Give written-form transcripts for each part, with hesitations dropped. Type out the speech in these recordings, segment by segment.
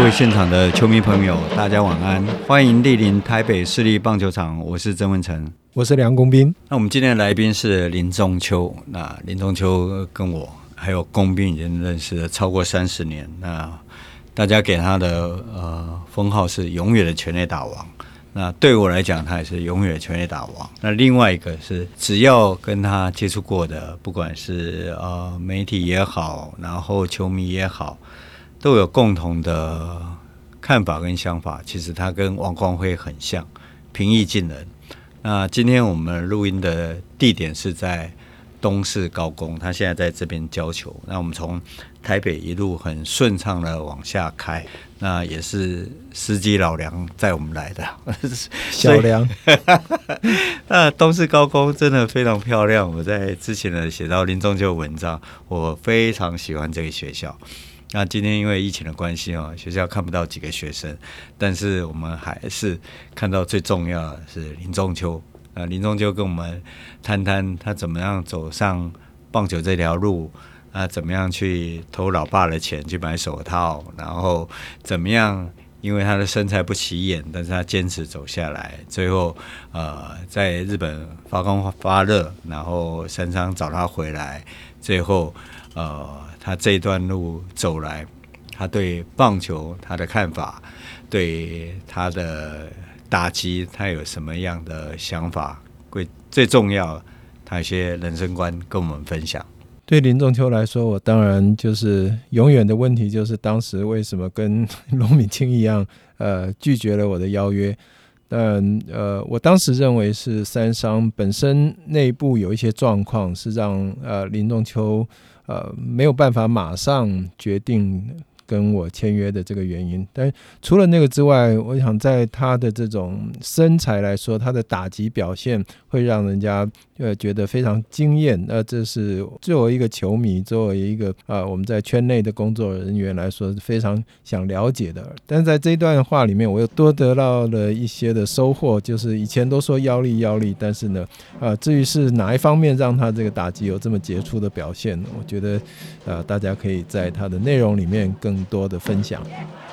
位现场的球迷朋友，大家晚安，欢迎莅临台北市立棒球场，我是曾文成， 我是梁公斌。 那我们今天的来宾是林仲秋，那林仲秋跟我还有公斌已经认识了超过30年，那大家给他的封号是永远的全垒打王。那对我来讲，他也是永远的全垒打王。那另外一个是，只要跟他接触过的，不管是媒体也好，然后球迷也好，都有共同的看法跟想法。其实他跟王光辉很像，平易近人。那今天我们录音的地点是在东势高工，他现在在这边教球。那我们从台北一路很顺畅的往下开，那也是司机老梁载我们来的， 小梁。 那东势高工真的非常漂亮。我在之前的写到林仲秋的文章，我非常喜欢这个学校。那今天因为疫情的关系学校看不到几个学生，但是我们还是看到最重要的是林仲秋。林仲秋跟我们谈谈他怎么样走上棒球这条路，怎么样去投老爸的钱去买手套，然后怎么样因为他的身材不起眼，但是他坚持走下来，最后在日本发光发热，然后杉商找他回来，最后他这一段路走来，他对棒球他的看法，对他的打击他有什么样的想法，最重要他有些人生观跟我们分享。 对林仲秋来说，我当然就是永远的问题，就是当时为什么跟龙敏清一样拒绝了我的邀约。但我当时认为是杉商本身内部有一些状况，是让林仲秋没有办法马上决定跟我签约的这个原因。但除了那个之外，我想在他的这种身材来说，他的打击表现会让人家觉得非常惊艳。这是作为一个球迷，作为一个我们在圈内的工作人员来说非常想了解的。但是在这一段话里面，我又多得到了一些的收获，就是以前都说腰力，但是呢至于是哪一方面让他这个打击有这么杰出的表现，我觉得大家可以在他的内容里面更多的分享。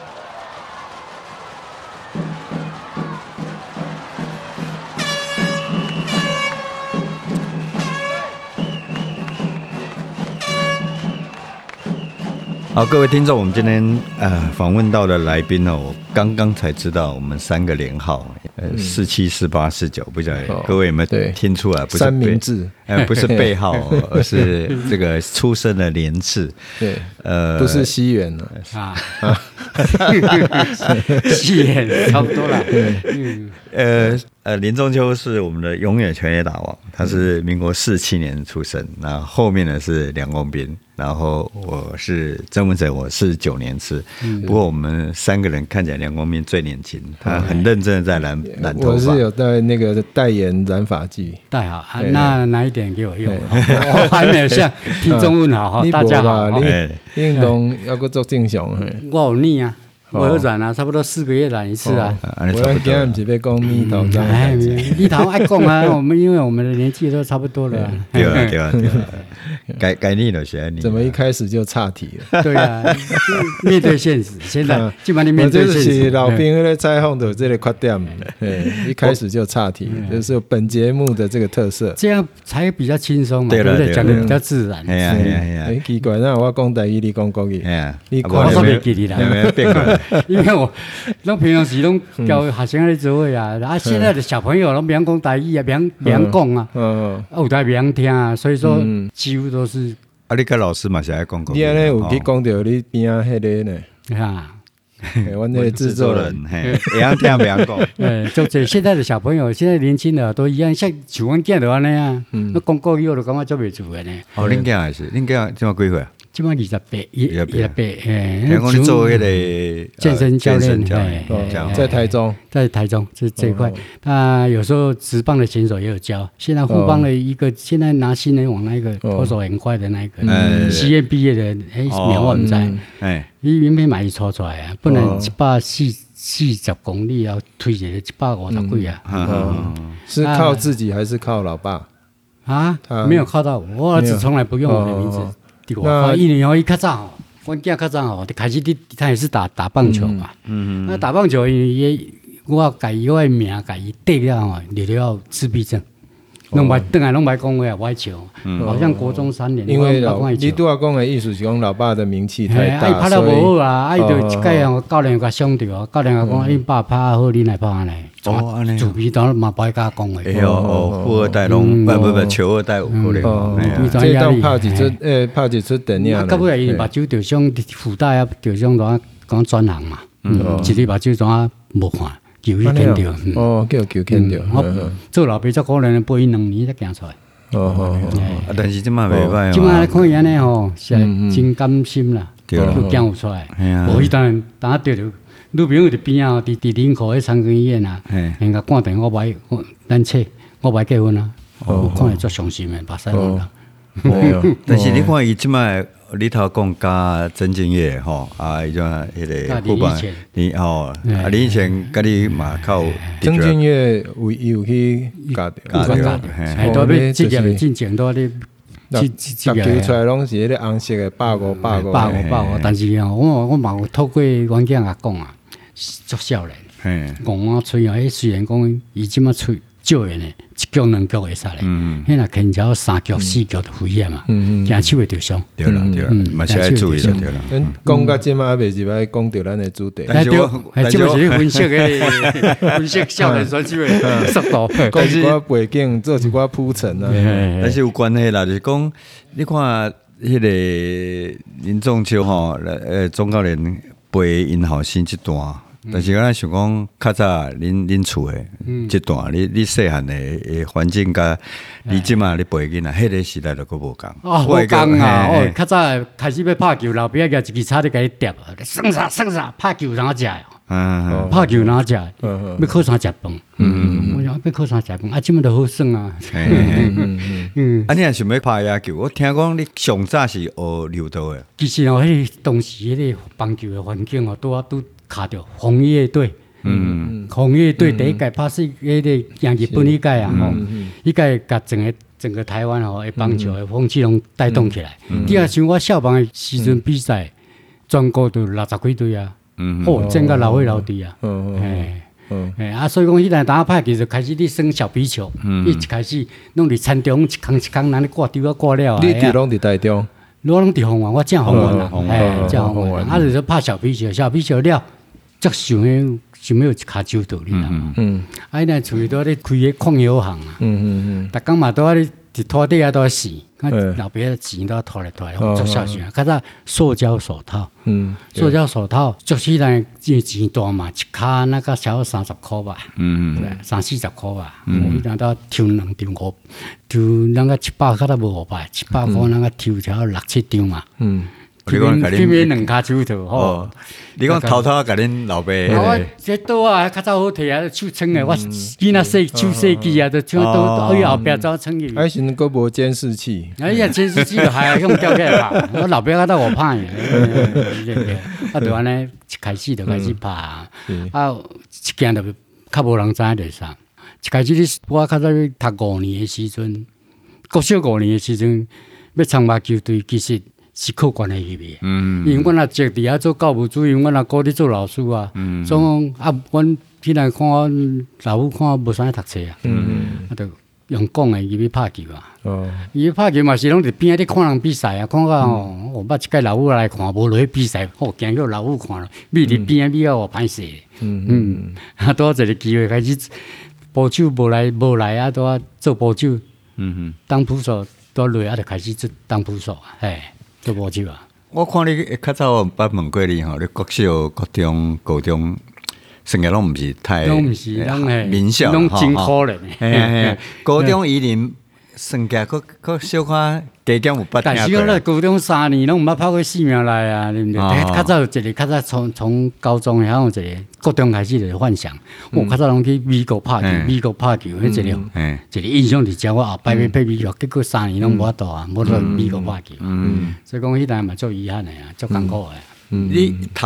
好，各位听众，我们今天访问到的来宾我刚刚才知道我们3个连号，47、48、49，不晓得各位有没有听出来？不是三明治， 不是背号而是这个出生的年次。 对，不是西元了西元差不多了。 林仲秋是我们的永远全垒打王，他是民国47年出生，那后面呢是梁公斌，然后我是曾文成，我49年次。不过我们3个人看起来梁公斌最年轻，他很认真的在染头发。 我是有在那个代言染发剂， 戴好那拿一点给我用。我还没有向听众问好，大家好。 运动要够做正常。 我有腻啊。我有染差不多4个月染一次啊。 我今天不是要讲蜜桃这样。 蜜桃爱讲啊，因为我们的年纪都差不多了。 对啊。该腻了，学你。 怎么一开始就岔题了？ 对啊，面对现实，现在基本上面对现实。 就是老兵在采访的这个缺点，一开始就岔题，就是本节目的这个特色。 这样才比较轻松嘛，对不对？讲的比较自然。 奇怪，那我讲台语，你讲国语， 我都没记你啦。因为我平常时都教学生在做啊，现在的小朋友都不想讲台语啊，不想讲啊，有台不想听啊，所以说几乎都是。 你跟老师嘛是爱讲国语。 你安尼有去讲到你边啊迄个呢？我那个制作人， 会晓听不晓讲。 就现在的小朋友，现在年轻的都一样，像像阮囝就安尼啊，那讲国语我就感觉做袂住的呢。 恁囝也是，恁囝今嘛几岁啊？ 今晚28， 听讲你做那个健身教练， 在台中， 这一块。他有时候职棒的选手也有教，现在富邦的一个，现在拿新人王那个投手很快的那个，西院毕业的，苗我唔知，伊原本买抽出来啊，不能140公里要推起来150几啊。 是靠自己还是靠老爸啊？没有靠到我，儿子从来不用我的名字。那一年后一较早， 阮囝较早吼，开始他也是打棒球嘛。那打棒球也，我改伊个名，改伊对了吼，就了自闭症。拢袂转来，拢袂讲话，我爱笑。好像国中3年， 因为你拄仔讲的意思是讲老爸的名气太大， 拍得无好啊，就一届吼教练甲伤着啊，教练甲讲恁爸拍好，恁来拍安尼。安尼。自闭症嘛不爱甲讲话。 富二代拢不，球二代有可能。 这当拍一出电影。 到尾伊目睭着伤，附带啊着伤，讲转行嘛。一日目睭怎无看？球去牵着， 叫球牵着。 做老爸则可能陪伊2年才行出来。 但是即马袂歹。 即马看伊安尼吼，是真甘心啦，就行有出来。无伊当对着女朋友伫边啊，伫林口迄长庚医院啊，人家挂电话买咱册，我买结婚啊，看会足伤心诶，目屎流啦。 但是你看伊即马。你头讲加曾敬业吼伊种迄个副班，你以前甲你嘛靠曾敬业有去加掉， 都要职业的进前都咧， 球出来拢是迄个红色的85， 但是我嘛有透过阮囝甲讲啊，足少年，讲我吹啊，迄虽然讲伊即马吹。少年的1局2局会使咧，迄若牵桥3局4局就危险嘛，惊手会着伤。 对啦，嘛是爱注意啦，对啦。 讲到即马袂入来讲到咱的主题， 但是即嘛是分析的，分析少年选手的速度， 讲一寡背景，做一寡铺陈啊。 但是有关系啦，就是讲你看迄个林仲秋吼，总教练陪因后生这段。但是咱想讲，较早恁厝诶，这段你细汉诶环境甲你即马你陪囡仔，迄个时代就佫无共。 无共啊！较早开始要拍球，老爸举一支叉咧，甲你叠，算啥，拍球哪食？拍球哪食？要靠啥食饭？我想要靠啥食饭？啊，即马就好算啊！ 你若想要拍野球，我听讲你上早是学柔道诶。 其实迄当时迄个棒球诶环境都卡着红叶队，红叶队第一届拍是迄个赢日本迄届啊，迄届甲整个台湾诶棒球诶风气拢带动起来。第二像我少棒诶时阵比赛，全国都60几队啊，整个老伙老弟啊，所以讲迄阵打拍球就开始你耍小皮球，一开始拢伫田中一空咱咧挂丢挂了。 你伫拢伫台中？ 我拢伫凤凰，我正凤凰啦，正凤凰。就是拍小皮球，小皮球了。足想要一骹手道，你知嘛？咱厝里都咧开个矿油行啊，逐工嘛都咧伫土地啊都死，老爸的钱都拖来，足小心。较早塑胶手套，足起来钱大嘛，一骹那个小30块吧，30-40块吧。伊那都抽2张5，抽那个700块都无500，700块那个抽条6-7张嘛。你讲2骹手套吼， 你讲偷偷甲恁老爸， 我这刀啊较早好摕啊，手撑诶，我囡仔手细机啊，都像都伊后壁走撑去。 还是佫无监视器？ 哎呀，监视器还用吊起来拍，我老爸较早我拍诶，就安尼一开始就开始拍，一件就较无人知着啥。一开始我较早读5年诶时阵，国小5年诶时阵，要参目球队，其实。是靠关系入去，因为阮也职伫遐做教务主任，阮也高咧做老师啊。总阮既然看我老母看我无啥读册啊，就用讲诶入去拍球啊。入去拍球嘛是拢伫边仔咧看人比赛啊，看到我捌一届老母来看，无落去比赛，惊叫老母看咯，咪伫边仔比较歹势。拄一个机会开始捕手无来啊，拄做捕手，当捕手拄落啊，就开始做当捕手啊，做无手啊！ 我看你较早捌问过你吼，你国小、国中、高中，生涯拢毋是太， 拢毋是， 名校， 拢真可怜。 高中伊林生涯佫小可加减有捌。 但是我咧高中3年拢毋捌拍过4名来啊，对不对？较早有一个，较早从高中遐有一个，高中开始就是幻想，我较早拢去美国拍球，迄一个印象伫遮，我后摆要拍美国，结果3年拢无法度啊，无到美国拍球。所以讲迄阵嘛足遗憾的啊，足艰苦的。 你读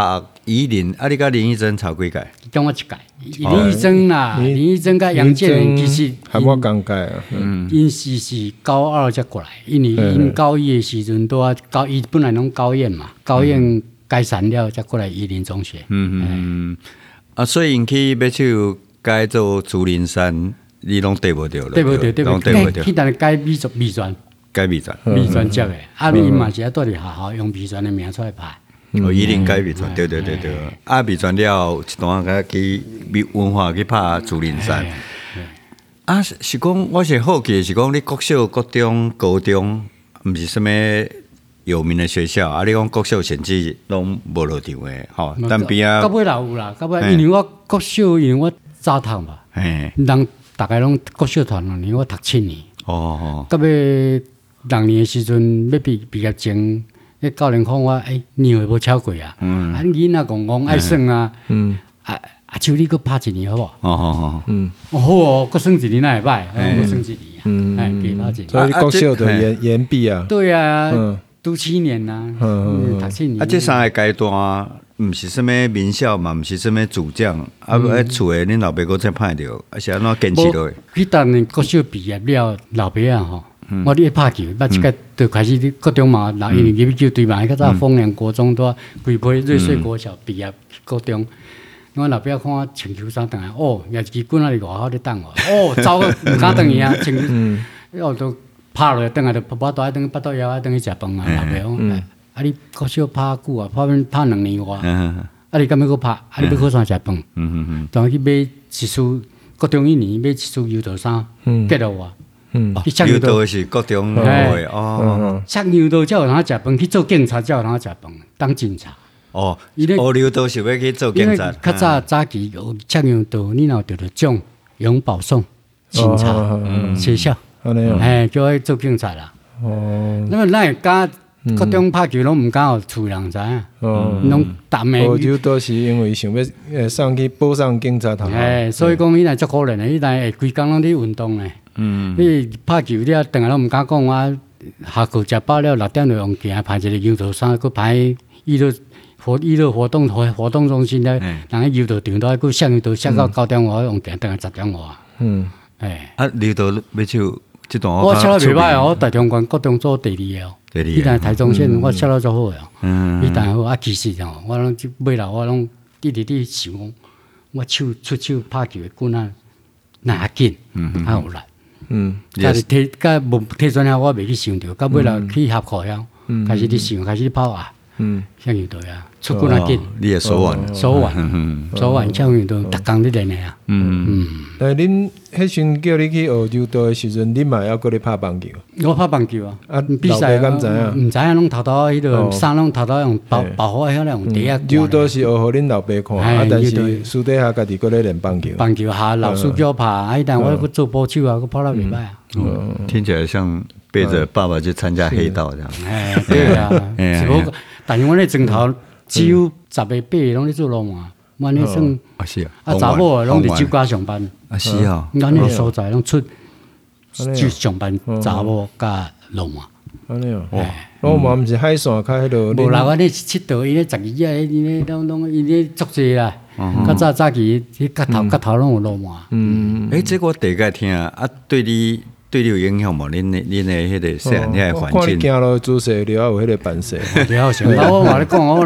宜林啊，你甲林义珍吵几届？ 跟我一届，林义珍啦，林义珍甲杨建元其实还我刚届啊， 因是高二才过来，因为因高一的时阵都高一本来拢高院嘛，高院解散了才过来宜林中学。 啊，所以因去要去改做竹林山，你拢对不着了， 对不对？ 拢对不着。 去但改美传， 改美传， 美传接的，啊，伊嘛是要住伫学校用美传的名出来拍。 宜林改美传，对。啊，美传了一段个去文化去拍竹林山。啊，是讲我是好奇，是讲你国小、国中、高中，毋是什么有名的学校啊？你讲国小成绩拢无落场的，吼，但边啊， 到尾也有啦，到尾因为我国小，因为我早读嘛，人大概拢国小团因为我读7年。到尾6年的时阵要毕业前。迄教练讲我，年岁无超过啊，囡仔讲爱算啊，像你搁拍1年好无？好哦，搁算1年那会歹，搁算1年，加拍1年。 所以国小的延毕啊。 对啊，读7年呐，读7年。 这3个阶段，毋是什么名校嘛，毋是什么主将，厝诶，恁老爸搁再拍着，是安怎坚持落？ 去当年国小毕业了，老爸啊吼。我咧拍球，捌即个就开始国中嘛，因为入去球队嘛，较早丰年国中都规批瑞穗国小毕业国中。我老爸看我穿球衫回来，也是棍仔伫外口咧等我，走毋敢等伊啊，穿，都拍落等下就跋倒等跋倒腰啊，等去食饭啊。老爸讲，你国小拍久啊，拍2年外，你敢要搁拍？你要去啥食饭？当去买一束国中1年买一束油豆衫，结落我。 牛刀是国中的切牛刀才有通食饭，去做警察才有通食饭，当警察。 牛刀是要去做警察。 较早期有切牛刀，你若得着奖，永保送警察学校，叫伊做警察啦。那么咱会敢国中拍球拢毋敢互厝人知影，拢逐暝。 就都是因为想要送去报上警察头。 所以讲伊若足可怜的，伊若会规工拢伫运动嘞。你拍球了，等下拢毋敢讲我下课食饱了6点就用行，排一个油豆衫，佮排娱乐活动中心咧，人喺油豆场都佮削油豆削到9点外用行，等下10点外。 油豆要手这段我削到袂歹哦，我大中关国中做第2个，伊但台中县我削到足好个，伊但好啊，其实哦，我拢尾来我拢一直伫想讲，我出手拍球的棍仔哪紧，有力。但是无体专了，我袂去想着，到尾来去合课了，开始伫想，开始跑啊，像运动啊，出棍仔紧， 你也手腕， 像运动，逐工伫练的啊。 但恁迄阵叫你去学柔道的时阵，你嘛还搁咧拍棒球？ 我拍棒球啊， 比赛敢知影？ 毋知影，拢偷迄个衫拢偷用保护迄个用底啊。 柔道是学互恁老爸看，但是私底下家己搁咧练棒球。 棒球下老师叫我拍，但我搁做保手啊，搁跑得袂歹啊。 听起来像背着爸爸去参加黑道这样。 对啊，只不过，但是我那枕头只有10个8个拢咧做路嘛。我那算查某拢伫酒家上班， 是啊， 咱那所在拢出去上班，查某甲路嘛。 安尼哦，我嘛毋是海线较迄落。 无啦，我咧佚佗，伊咧12日，伊咧拢伊咧足济啦。较早期，迄头拢有路嘛。 这我第一个听啊，对你有影响无？恁的迄个细汉遐个环境。 看你行路姿势了，有迄个办势。 了解。我话你讲，我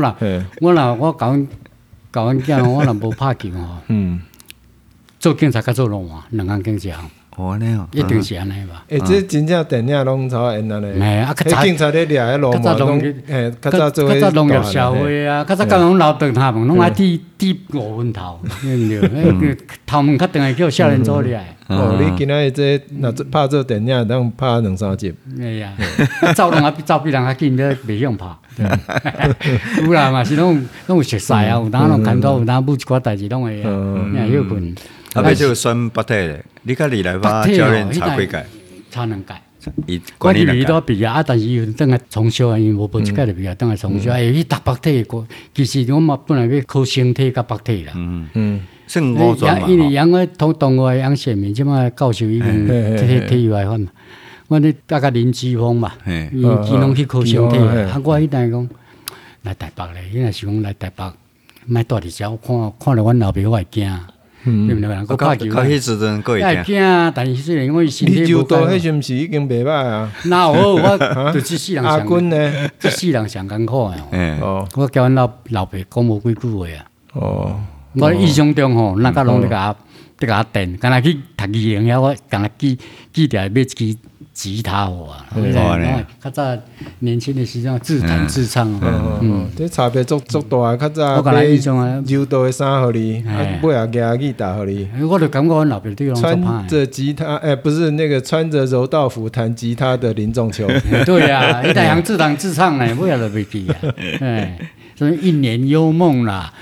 教阮囝，我若无拍球吼，做警察甲做龙王2项兼一项， 安尼哦， 一定是安尼吧？ 这真正电影拢超演安尼。 迄警察咧掠迄龙王拢，较早做较早农业社会啊，较早教人留长头毛，拢爱剃5分头，对毋对？头毛较长的叫少年组掠。 你今仔这若拍做电影，当拍2-3集。 哎呀，走人走比人较紧，咧袂用拍。有啦嘛，是拢有熟识啊，有当拢牵到，有当舞一寡代志拢会啊，你也有困。 要就选北体咧，你甲李来发教练差几届？ 差2届。我伫伊都毕业啊，但是伊等下重修啊，因为无一届就毕业，等下重修。去读北体个，其实我嘛本来要考身体甲北体啦。 算5专嘛。 因为杨个同学杨显明，即摆教授已经体育外翻嘛。我咧甲林志峰嘛，伊拢去考身体。我迄阵讲来台北咧，伊若是讲来台北。 卖住伫遮，看着阮老爸我会惊。对不对？人拍球， 到迄时阵个会惊，但是虽然因为身体你就到迄阵时已经袂歹啊。 那我就这世人阿君呢？ 这世人上艰苦诶。我交阮老爸讲无几句话啊。我印象中吼，那个拢伫甲电，敢若去读艺能遐，我敢若记着买一支吉他互啊。较早年轻的时阵自弹自唱。 这差别足大，较早买柔道的衫互你，尾啊夹吉他互你。 我就感觉阮老爸对我穿着吉他，不是那个穿着柔道服弹吉他的林仲秋。 对啊，一台行自弹自唱呢，尾啊就袂记啊。所以一年幽梦啦。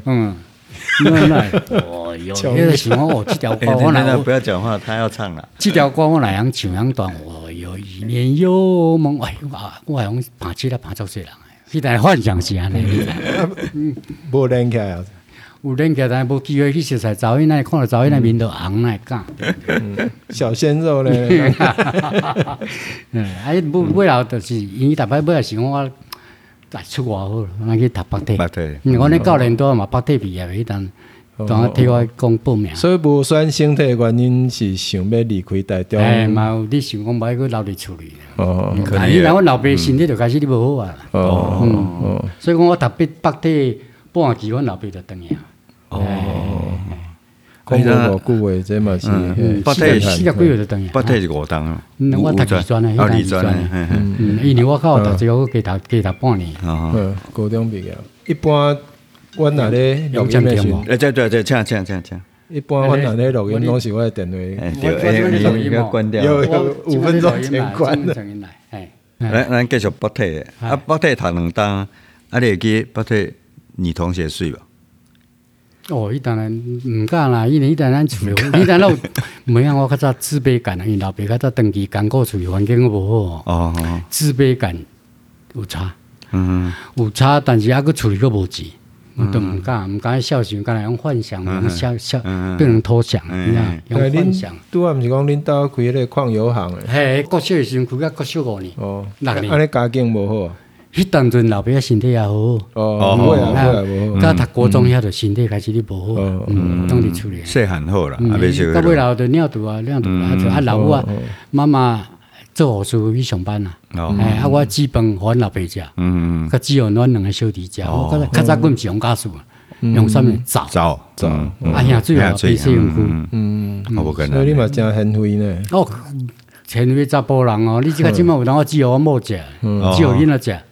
那个想我这条歌，我哪不要讲话，他要唱了。 这条歌我哪样唱样段？我有一年幽梦，哎，我用爬起来爬足多人，迄台幻想是安尼。 无练起来， 有练起来，但无机会去熟悉早起那看到早起那面都红那讲。 小鲜肉咧。 尾后就是因逐摆尾后想我。来出外好，咱去读北体。我那教练都嘛北体毕业迄阵，当替我讲报名。 所以无选身体的原因是想要离开台中。 嘛有你想讲买去留伫厝里。 可能。 你若阮老爸身体就开始你无好啊。所以讲我特别北体半期，阮老爸就转去。 讲无久话，这嘛是。 北体4个几月就转去。 北体是5档啊。 我读二专啊， 二专。 因为我靠读这个加读半年。 高中毕业。一般阮若咧录音的时候， 对，请。 一般阮若咧录音，拢是我的电话。 应该关掉。 有5分钟前关的。 咱继续北体的，北体读2档，你会记北体女同学睡吧？ 伊当然毋敢啦，因为迄阵咱厝里，迄阵咱每样我较早自卑感啊，因为老爸较早长期艰苦，厝里环境都无好自卑感有差，有差，但是抑佫厝里佫无钱，我都毋敢孝顺，敢若用幻想，用笑变成偷想，用幻想。 拄仔毋是讲恁兜开迄个矿油行诶？ 嘿，国小的时阵开到国小5年，6年。 安尼家境无好。 迄当阵老爸身体也好， 无好。 到读国中遐就身体开始咧无好，当伫厝里。 细汉好啦， 到尾后就尿毒啊，老母啊，妈妈做护士去上班啦。我煮饭互阮老爸食，甲只有阮2个小弟食。我较早阮是用家属，用啥物灶。兄水啊，比细用久。 所以你嘛真贤惠呢。 贤惠查甫人哦，你即个即摆有当我煮互我某食，煮互囡仔食。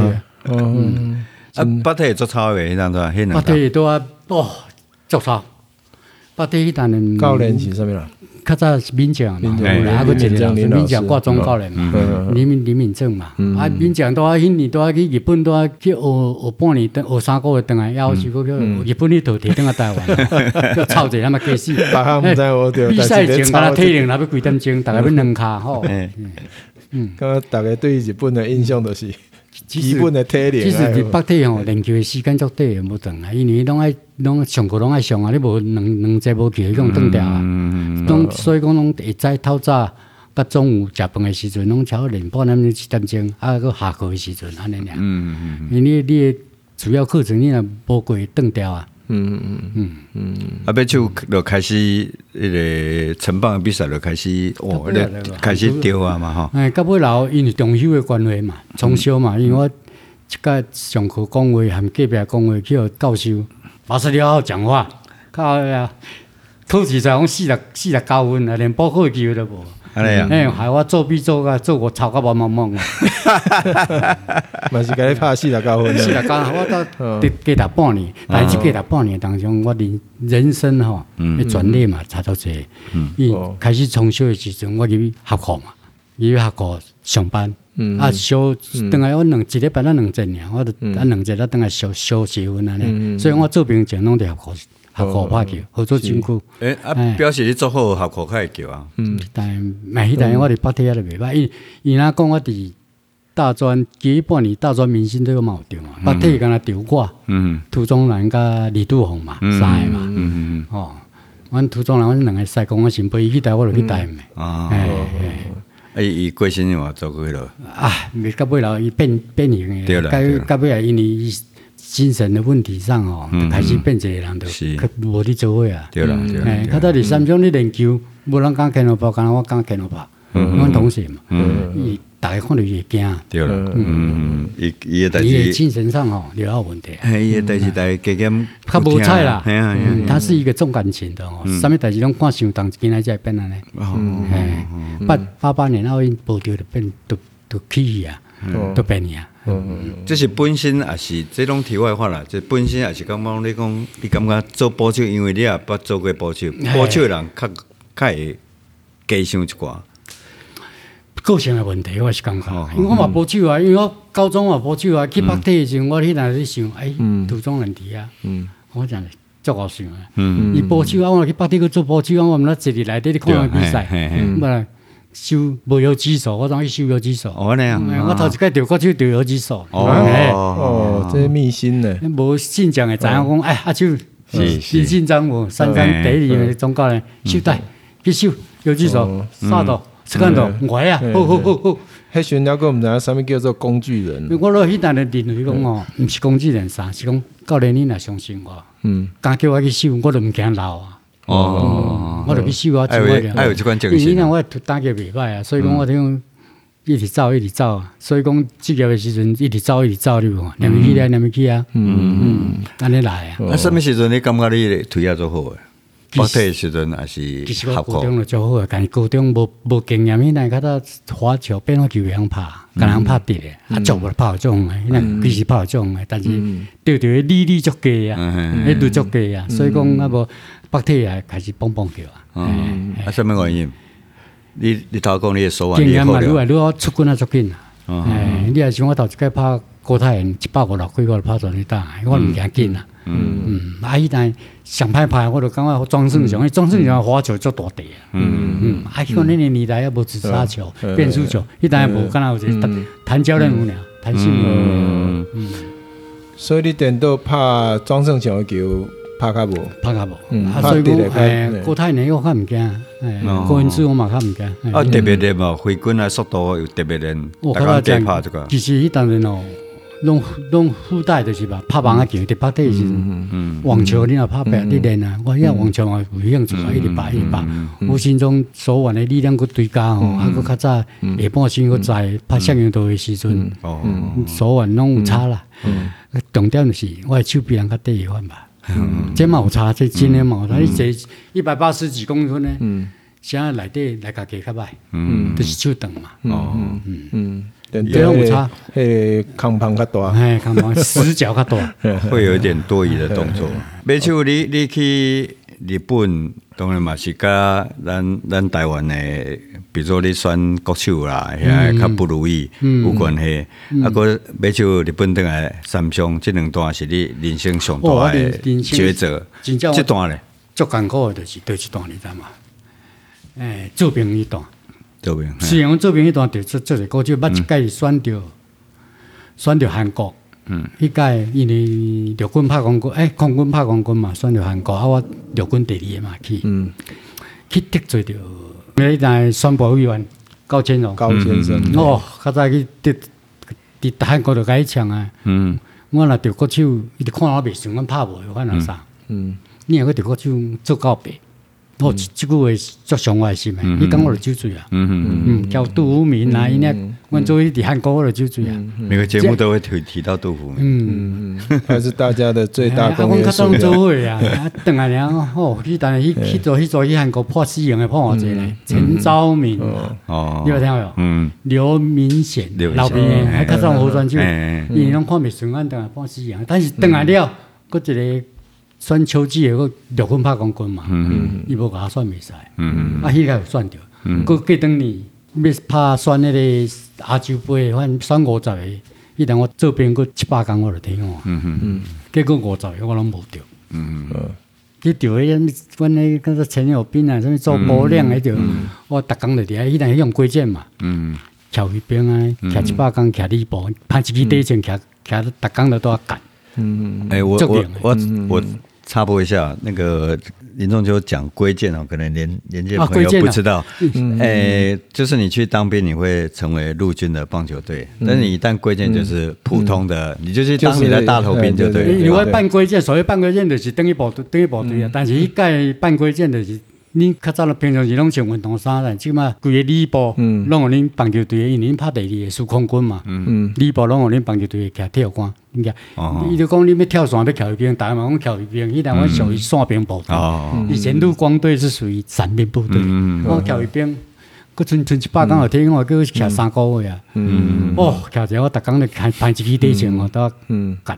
北体做操的，迄当做迄北体都做操。北体迄阵教练是啥物啦？ 较早是闽将嘛，啊，佫一个人是闽将挂钟教练嘛，李敏正嘛。闽将都迄年都去日本，都去学半年，学3个月，回来要是佫去日本迄套摕转来台湾，佫操者他妈假死。 别项毋知学着， 比赛前敢若体能若要几点钟，逐个要2骹吼。 刚大家对日本的印象都是。基本的体力。 其实伫北体吼练球的时间足短，无长啊，因为拢上课拢爱上啊，你无两节无去，用断掉啊。所以讲拢会早透早，甲中午食饭的时阵，拢超练半点钟7点钟，佫下课的时阵安尼尔。因为你主要课程你若无过断掉啊。 尾就开始迄个晨棒的比赛就开始开始丢啊嘛吼。 到尾后因为中休的关系嘛，重修嘛，因为我即个上课讲话含隔壁讲话去互教授，86号讲话，靠呀，考试才讲49分啊，连补考的机会都无。 安尼啊， 害我作弊做我抄到懵懵啊！ 嘛是甲你拍49分 ，49我到加读半年，但是加读半年当中，我人生吼，转捩嘛差到这，伊开始重修的时阵，我入去学课嘛，入去学课上班，修等下我一礼拜咱2节尔，我就2节咱等下修7分安尼，所以我做兵前拢伫学课。学课拍球，合作真久。 表示你做好学课较会球啊。 但迄阵我伫北体也都袂歹，伊若讲我伫大专几半年，大专明星都有嘛有着嘛。北体敢若丢我，涂宗南甲李杜宏嘛，3个嘛。阮涂宗南阮2个赛讲我先陪伊去台，我就去台伊过身嘛做过了。 未到尾后伊变形诶。到尾因为精神的问题上哦，开始变一个人就是无伫做伙啊。 对啦， 哎，较早伫三中咧练球，无人敢牵落跑，敢若我敢牵落跑，阮同学嘛，伊大家看到伊会惊。 对啦，伊的代伊的志， 精神上哦就有问题。 伊的代志大家加减较无彩啦， 系啊， 他是一个重感情的哦，啥物代志拢看伤重，今仔才会变安尼。哎，88年奥运无着就变都起啊，都变啊。 这是本身也是这种题外话啦，这本身也是感觉你讲，你感觉做捕手，因为你也捌做过捕手，捕手的人较会加想一寡。 个性的问题，我是感觉，因为我嘛捕手啊，因为我高中嘛捕手啊，去拍体的时候，我迄阵咧想，土中人敌啊，我讲足好想啊，伊捕手啊，我去拍体去做捕手啊，我毋知坐伫内底咧看比赛，收无有指数，我当去收有指数。 哦，那样。 我头一届调国手调有指数。 这秘辛呢？ 无信将会知影讲，阿手真紧张无？三三第一的总教练收带去收有指数，啥度？看到我呀，好。 迄时了个毋知影啥物叫做工具人。 我迄阵咧认为讲哦，毋是工具人啥，是讲教练你若相信我，敢叫我去收，我都毋惊老啊。我就去收啊， 还有这款精神。 因为我打球袂歹啊，所以讲我听一直走啊，所以讲职业的时阵一直走，你无，念咪去啊，安尼来啊。 什么时阵你感觉你腿也做好诶？拍体的时阵还是其实我高中就做好啊，但是高中无经验，迄阵较早滑球、变化球会晓拍，敢人拍直诶，做无拍种诶，迄阵其实拍种诶，但是对力足低啊，迄力足低啊，所以讲啊无拍体也开始蹦球啊。 什么原因？你头讲你的手腕经验嘛，愈来愈好，出棍啊足紧啊。你也像我头一届拍国泰160几，我就拍全垒打，我毋惊紧啊。迄阵上歹拍，我就感觉庄胜雄，庄胜雄滑球足大地啊。迄个那个年代也无直杀球、变速球，迄阵也无，敢若有一个谭教练有俩，谭信武。 所以你电脑拍庄胜雄的球拍较无， 所以讲国泰呢我较毋惊，郭云志我嘛较毋惊。 特别练嘛，挥棍啊速度有特别练，大家在拍这个。 其实迄当然哦。拢附带就是吧，拍棒啊球，伫拍体时，网球你若拍白，你练啊，我遐网球啊有兴趣啊，一直拍。无形中手腕的力量佫追加吼，佫较早下半身佫在拍向阳道的时阵，手腕拢有差啦。重点就是我的手比人较短款吧，这嘛有差，这真诶嘛有差。你坐180几公分呢，啥内底来家己较歹，就是手长嘛。 对有差，康胖较大， 康胖死角较大， 会有一点多余的动作。买手你去日本，当然嘛是甲咱台湾的，比如说你选国手啦，遐较不如意有关系。个买手日本倒来三项，这两段是你人生上大的抉择。这段咧， 足艰苦的，就是对这段你知嘛？做兵一段。虽然阮做兵迄段就做一个就捌一届选着韩国，迄届因为陆军拍空军，空军拍空军嘛，选着韩国，我陆军第2个嘛去得罪着迄阵宣布委员高先生，较早去伫韩国就甲伊抢啊，我若着国手，伊就看我袂顺，阮拍无有法哪啥，你若个着国手做到白。即句话足伤我心诶！伊讲我就酒醉啊，叫杜福明啊，因遐阮做迄伫韩国我就酒醉啊。 每个节目都会提到杜福明， 还是大家的最大公约数。 阮较当做伙啊，等下了迄阵去做去韩国破4赢诶，破偌济咧？陈昭明，你有听有？刘明显，老兵诶，还较早好选手，伊拢看袂顺，阮等下破4赢，但是等下了，佫一个。选秋季的个陆军拍空军嘛，伊无甲我选袂使，迄个有选着，过当年要拍选迄个亚洲杯，反正选50个，迄阵我做兵过700工我就听哦，结果50个我拢无着，去着迄阮迄个陈友斌啊，什物做保量迄着，我逐工就伫遐，迄阵用规剑嘛，翘迄边啊，徛700工徛里部，拍一支底线徛逐工就拄啊干。 我插播一下，那个林仲秋讲归建可能连界朋友不知道，就是你去当兵，你会成为陆军的棒球队，但是你一旦归建就是普通的，你就去当你的大头兵就对了。 你会办归建，所谓办归建就是等于部队啊，但是迄届办归建就是。恁较早平常时拢穿运动衫啦，即马规个礼部拢有恁棒球队，因为恁拍第2个司空军嘛，礼部拢有恁棒球队徛体育馆，你讲，伊就讲你要跳伞要跳一兵，大家嘛讲跳一兵，迄阵我属于伞兵部队，以前陆光队是属于伞兵部队，我跳一兵，佮剩100工天，我叫徛3个月啊，徛者我逐工咧排一支地上哦，都干，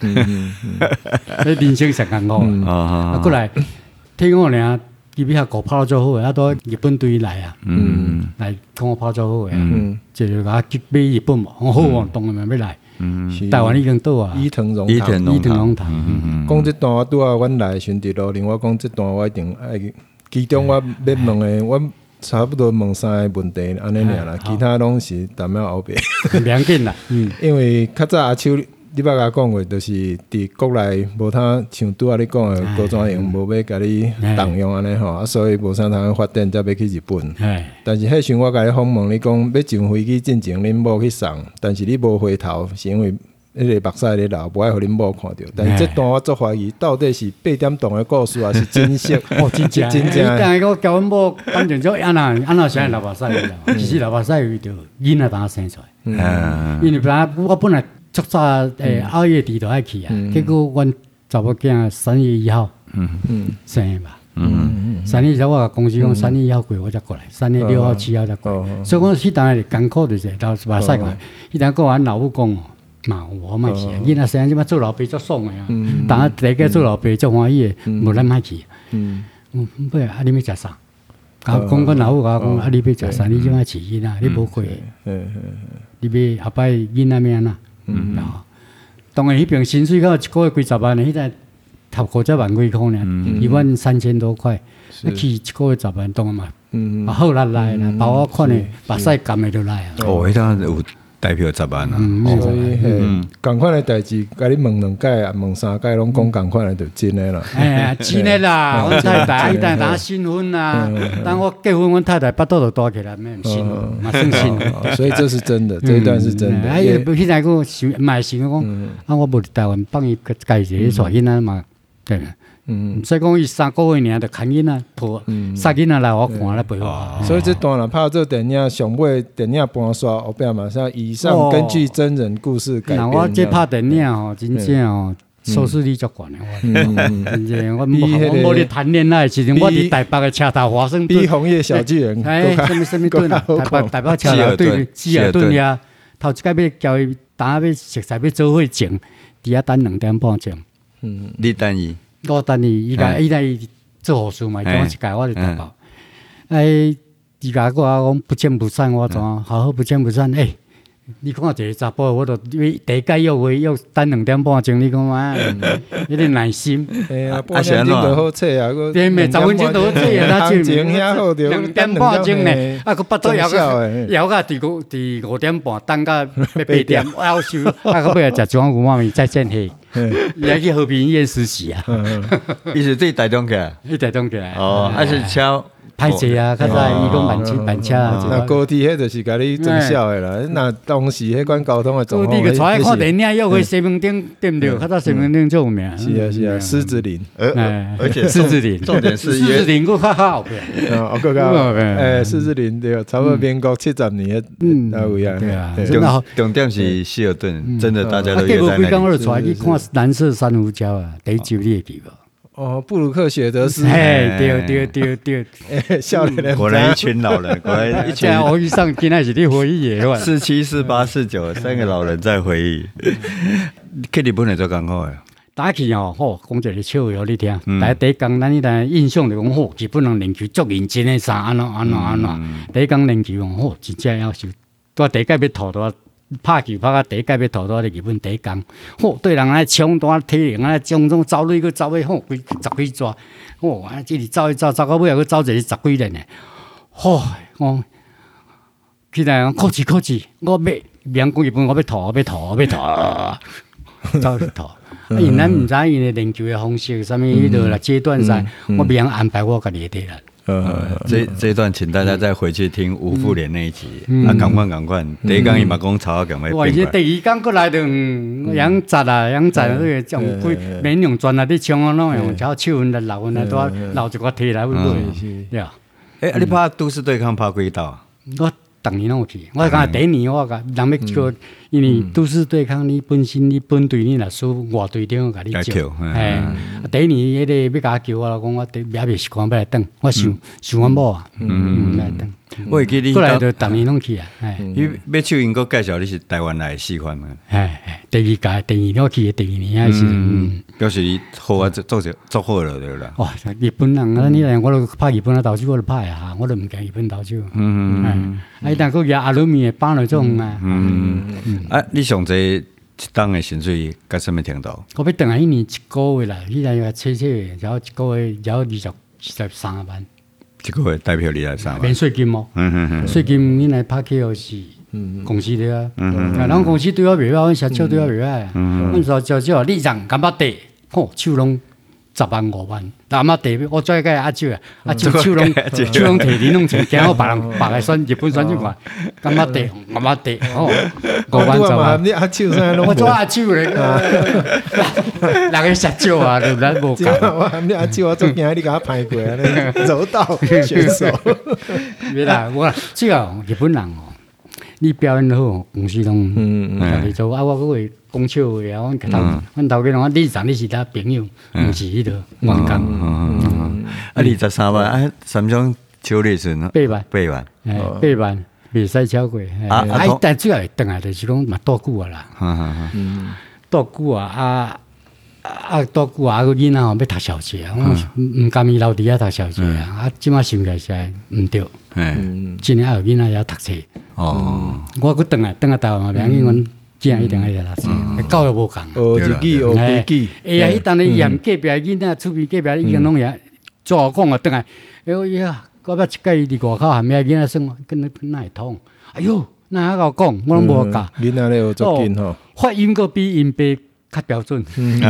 人生上艰苦啊，过来听我俩。伊比遐狗跑做好，都日本队来啊，来跟我跑做好啊，就是甲去买日本嘛，好哦，当然要来，台湾已经倒啊， 伊藤荣堂， 讲这段我拄啊，阮来顺治路令我讲这段我一定爱，其中我要问的，我差不多问3个问题，安尼尔啦，其他拢是淡仔后壁， 不要紧啦， 因为较早阿秋。你捌甲讲过，就是伫国内无他像拄仔你讲的高专营无要甲你动用安尼吼，所以无啥通发展，才要去日本。但是迄时我甲你访问，你讲要上飞机进前，恁某去送，但是你无回头，是因为迄个目屎咧流，无爱互恁某看到。但是这段我足怀疑，到底是8点档的故事，还是真实？ 真正。但系我交阮某，反正就安那生流目屎咧流，其实流目屎为着囡仔当生出来。因为我本来。足早2月底就爱去啊，结果阮查某囝3月1号生的嘛，3月1号我甲公司讲3月1号过我才過來，3月6號7號才過來，所以講迄陣係艱苦就是到目屎個，迄陣講阮老母講嘛，我莫去啊，囡仔生即擺做老爸足爽的啊，但係第一個做老爸足歡喜的，無咱莫去。不然你要食啥？講阮老母甲我講，你要食啥？你即擺飼囡仔，你無過，你要後擺囡仔咩啊？當然，迄邊薪水到1個月幾十萬，迄陣頭50萬幾塊呢，13000多塊，去1個月10萬當然嘛，好啦來啦，包我看呢，目屎甘的就來啊。 迄陣有代表10萬啊。 所以同款的代志，甲你問2屆啊，問3屆，攏講同款的就真的啦。 真的啦，阮太太迄陣打新婚啦，當我結婚，阮太太巴肚就大起來，咩唔新，嘛算新。 所以這是真的，這一段是真的。 迄陣個想，嘛想講，我無佇台灣幫伊家己一個帶囡仔嘛，對啦。所以講伊3個月爾就牽囡仔抱，殺囡仔來我看來陪我。 所以這段啦，拍做電影，上尾電影搬刷後壁嘛，像以上根據真人故事改編。 我這拍電影吼，真正吼，收視率足高的。真正我無咧談戀愛時陣，我佇台北的車頭華盛頓。 比紅葉小巨人。 什麼頓啊？台北車頭對希爾頓呀，頭一擺要交伊，等下要熟悉要做伙種，佇遐等2點半鐘。 你等伊？ 我等伊來做護士嘛，叫我一屆我就投保。伊甲我講不見不散，我怎好不見不散？你看一個查甫，我就第一屆約會要等2點半鐘，你講嘛？有點耐心。 半點鐘就好切啊！ 對咩？10分鐘就好切啊！他就2點半鐘呢，啊，佢巴肚搖個第5點半，等到8點，要收，佢尾食中午媽咪再見戲。伊還去和平醫院實習啊！ 伊是對台中起來， 伊台中起來。 還是車歹勢啊！較早伊講慢車啊。 那高鐵迄就是甲你裝笑的啦。那當時迄款交通的狀況， 高鐵個出來看電影，約會西門町對唔對？較早西門町最有名。 是啊是啊，獅子林。 而且獅子林， 重點是獅子林佫較後邊。 佫較後邊。獅子林對，差不多民國70年那位啊。 對啊。 重點是希爾頓，真的大家都約在那裡。 結果幾工我就出來去看藍色珊瑚礁啊，第一集你會記無？ 布魯克雪德斯， 對， 少年人， 果然一群老人，果然一群。 我以上今仔是你回憶的 47、48、49，3個老人在回憶。去日本嚟做工好誒。 打去哦，好講一個笑話你聽。第一工咱迄陣印象就講好，日本人練球足認真誒，啥安怎。第一工練球好，真正要求。我第一屆要吐到。拍球拍到第一屆要投到日本第一工，好對人來搶單體能啊，種走路個走位好10幾抓，啊，一直走走到尾又去走一個10幾年誒，我起來考試，我要兩個日本我要吐， 走里头。因咱唔知因的练球的方式，什么迄个啦阶段赛，我别样安排我家己的啦。 这一段，请大家再回去听吴富连那一集赶快，第一讲伊嘛讲曹强要哇，这第二讲过来就养杂啊，养杂那个种规免用砖啊，你枪啊，拢用只手分来留分来，多留一个提来会对呀。 你拍都市对抗拍几道啊？ 我逐年拢有去，我讲第一年我甲人要叫，因为都市对抗你本身你本队你若输外队长甲你叫，第一年迄个要甲我叫我讲我也未习惯要来等，我想阮某啊，来等。 我会记你过来就逐年拢去啊。 你要手因个介绍你是台湾来的示范嘛？ 第二届第二年我去的第二年还是表示你好啊，做好了对啦。 哇，日本人啊，你来我都拍日本的投手，我都拍啊，我都唔惊日本投手。但个亚阿鲁米的班来种啊。 你上这一档的薪水到什么程度？ 我要等下一年一个月啦，迄个要切，然后一个月然后23万。 一个月代表你来3万， 免税金哦。税金你来拍 KOC，公司对啊。咱公司对我袂歹，阮社长对我袂歹。阮少你让干巴地，吼手拢10万5万，但阿妈地我最个阿舅啊，手拢摕你弄钱，惊我别人白个选日本选手款，干巴地，吼5万10万。 你阿舅啥拢？ 我做阿舅咧，那个社长啊，对不对？无讲。 我你阿舅我做惊你甲我拍过啊，柔道选手。 别啦，我这个日本人哦，你表演好，公司拢叫你做啊，我个会讲笑话啊，阮头家人，你上你是他朋友，毋是迄个员工。 23万啊，三种超利润 8万 ，8万 ，8万，袂使超过。但主要会转来就是讲嘛，多久啊啦？多久啊？多久啊？个囡仔吼要读小学啊，我唔甘伊留伫遐读小学啊，即马想起来是毋对。今年还有囡仔要读册。我去转来台湾嘛，别因阮既然一定要读册，教育无共。 学一句，学规矩。 迄当日嫌隔壁囡仔厝边隔壁已经拢也做我讲啊，转来，我要一届伊伫外口含遐囡仔生活，跟那会通。哎哟，那还甲我讲，我拢无教。 囡仔咧有足紧吼， 发音个比音标较标准。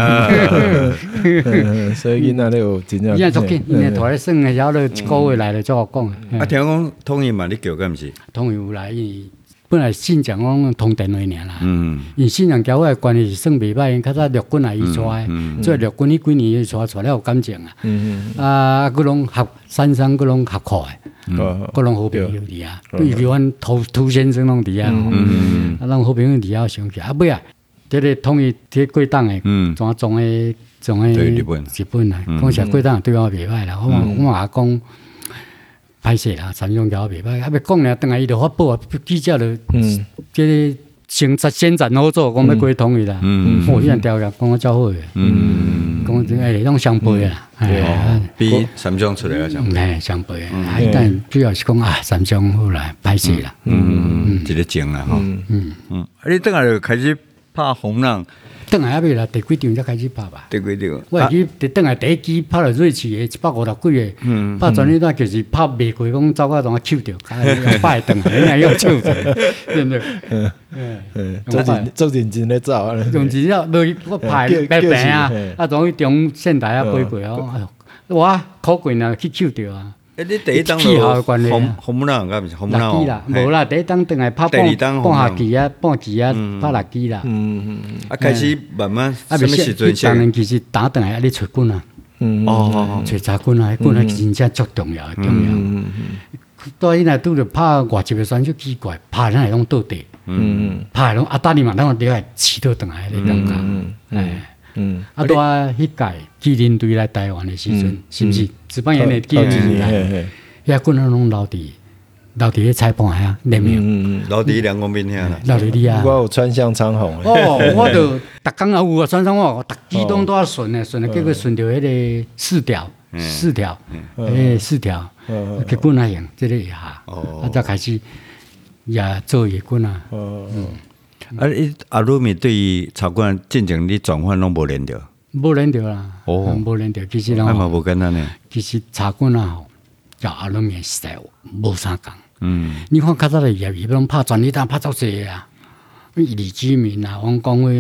所以囡仔咧有真正。 囡仔足紧，因为头来算的，然后一个月来了做我讲。 听讲统一嘛，你叫敢毋是？ 统一有来，本来信长讲通电话尔啦。因信长交我的关系是算袂歹，因较早陆军也伊出来，做陆军迄几年伊出来有感情啊。佮拢合山上，佮拢合课的，佮拢好朋友伫啊。比如阮涂先生拢伫啊，拢好朋友伫啊，想起啊尾啊。这个统一这过党的，从日本来，讲实过党对我袂歹啦。我也讲歹势啦，三种交袂歹。啊，要讲咧，等下伊就发布啊，记者就这个先斩后奏，讲要过统一啦。我现在调讲我照好个，讲这个拢相配啦。 比三种出来啊， 相配的。但主要是讲啊，三种好啦，歹势啦。 一个情啦吼。你等下就开始。拍红浪， 等下尾啦，第几场才开始拍吧？ 第几场？ 我会记等下第一支拍了瑞士的150几个，拍全日段就是拍袂过，讲走到同我抽着，拍等下，人家又抽着，对不对？ 做认真咧走啊！ 用钱了，我拍白平啊，从去中线台啊飞过哦，我苦棍啊去抽着啊。 你第一档红木浪，敢毋是红木浪？ 啦，无啦，第一档等下拍半下期啊，半期啊，拍6支啦。 开始慢慢什么时阵先？ 当然其实打等下你找棍啊，找查棍啊，棍啊真正足重要，重要。到现在拄着拍外籍的选手奇怪，拍人来拢倒地，拍拢打你嘛，咱了来起倒等下你感觉，到迄届机灵队来台湾的时阵，是毋是？日本人的机灵队，遐棍啊拢留伫咧裁判遐练名， 留伫梁公斌遐啦， 留伫你啊。 我有穿向长虹我就逐工也有啊，穿上我逐机拢都要顺的，结果顺着迄个4条，结棍啊用，这个一下，才开始也做野棍啊。 阿鲁米对于草棍进前你转换拢无练着， 无练着啦，无练着，其实拢嘛无简单呢。 其实草棍啊，甲阿鲁米实在无啥共。你看较早的业余，拢拍全日单拍足济啊，李居明啊、王光辉啊、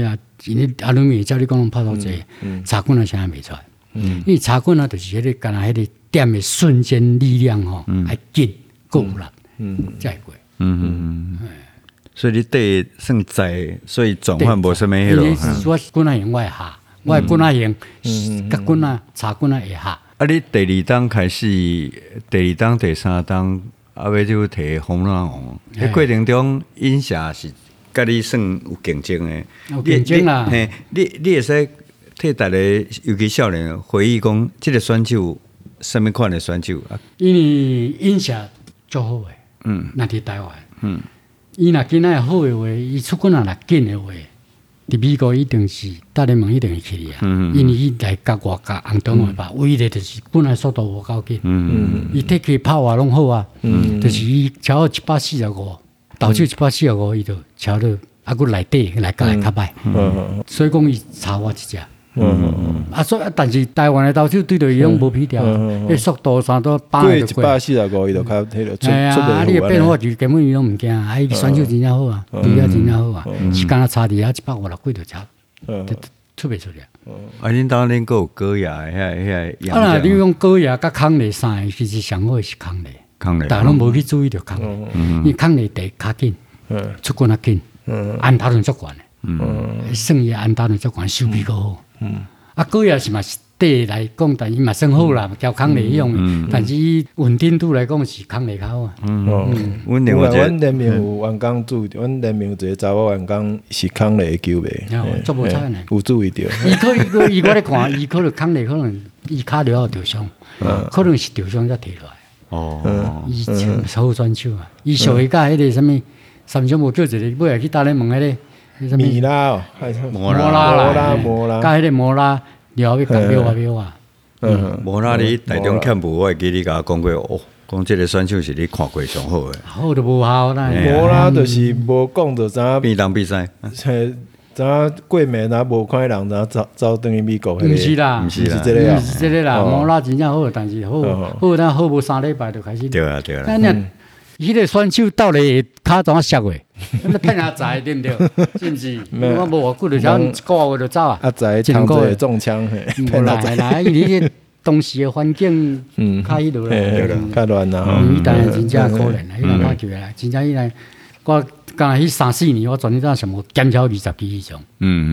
因为阿鲁米照你讲拍到这茶棍啊，现在没出来。因为茶棍啊，就是迄个干那迄个点的瞬间力量吼，还紧够力，再过。 所以你对算在，所以转换无什么迄咯。我棍啊型我会下，我棍啊型，甲棍啊茶棍啊会下。 啊，你第二档开始，第二档、第三档，啊，尾就摕红蓝王。迄过程中，音社是甲你算有竞争的。 有竞争啦。 嘿，你会使替大家，尤其少年回忆讲，即个选手什么款的选手啊？ 因为音社足好诶，那伫台湾，伊若囡仔好诶话，伊出棍若紧诶话，伫美国一定是大联盟一定会起啊。因为伊来甲外甲红灯话吧，为了就是本来速度无够紧，伊体格跑啊拢好啊，就是伊超145，投手145，伊就超到啊，佮内底来甲较歹，所以讲伊差我一只。所以但是台湾的投手对着伊拢无比条，迄速度啥都8就过。 145，伊就较迄个出啊，你的变化就根本伊拢毋惊，啊，伊选手真正好啊，比较真正好啊，是敢若差伫遐156几就差，出袂出来。 啊，恁当恁个有高雅遐啊，那你讲高雅甲康雷啥，其实上好是康雷，但拢无去注意着康雷，因为康雷第较紧，出棍较紧，安打量足悬的，算伊安打量足悬，手臂够好。啊，高雅是嘛是底来讲，但伊嘛算好啦，交康雷用，但是伊稳定度来讲是康雷较好啊。 阮联盟有员工注意，阮联盟有一个查某员工是康雷球迷， 足无彩呢。 有注意到。 伊我咧看，伊可能康雷可能伊骹了受伤，可能是受伤才摕落来。伊好选手啊，伊属于甲迄个什么三项无叫一个，尾来去大联盟迄个。 米拉哦， 摩拉，甲迄个摩拉了要讲秒啊。 摩拉你台中欠部，我会记你甲我讲过哦，讲即个选手是你看过上好诶。 好都无效啦。 摩拉就是无讲就知影便当比赛， 知影过暝啊无看人，知影走等于美国。 毋是啦， 毋是这个啊， 是这个啦。摩拉真正好，但是好，但好无3礼拜就开始。 对啊。 迄个选手到咧骹怎啊摔诶？那骗阿仔对毋对？是毋是？我无偌久就想一个月就走啊。 阿仔躺着会中枪， 无来，因为迄当时诶环境较迄落啦， 较乱啦。 伊当然真正可怜啦，伊若拍球啦，真正伊来我刚迄3-4年，我全年上上无减少20支以上。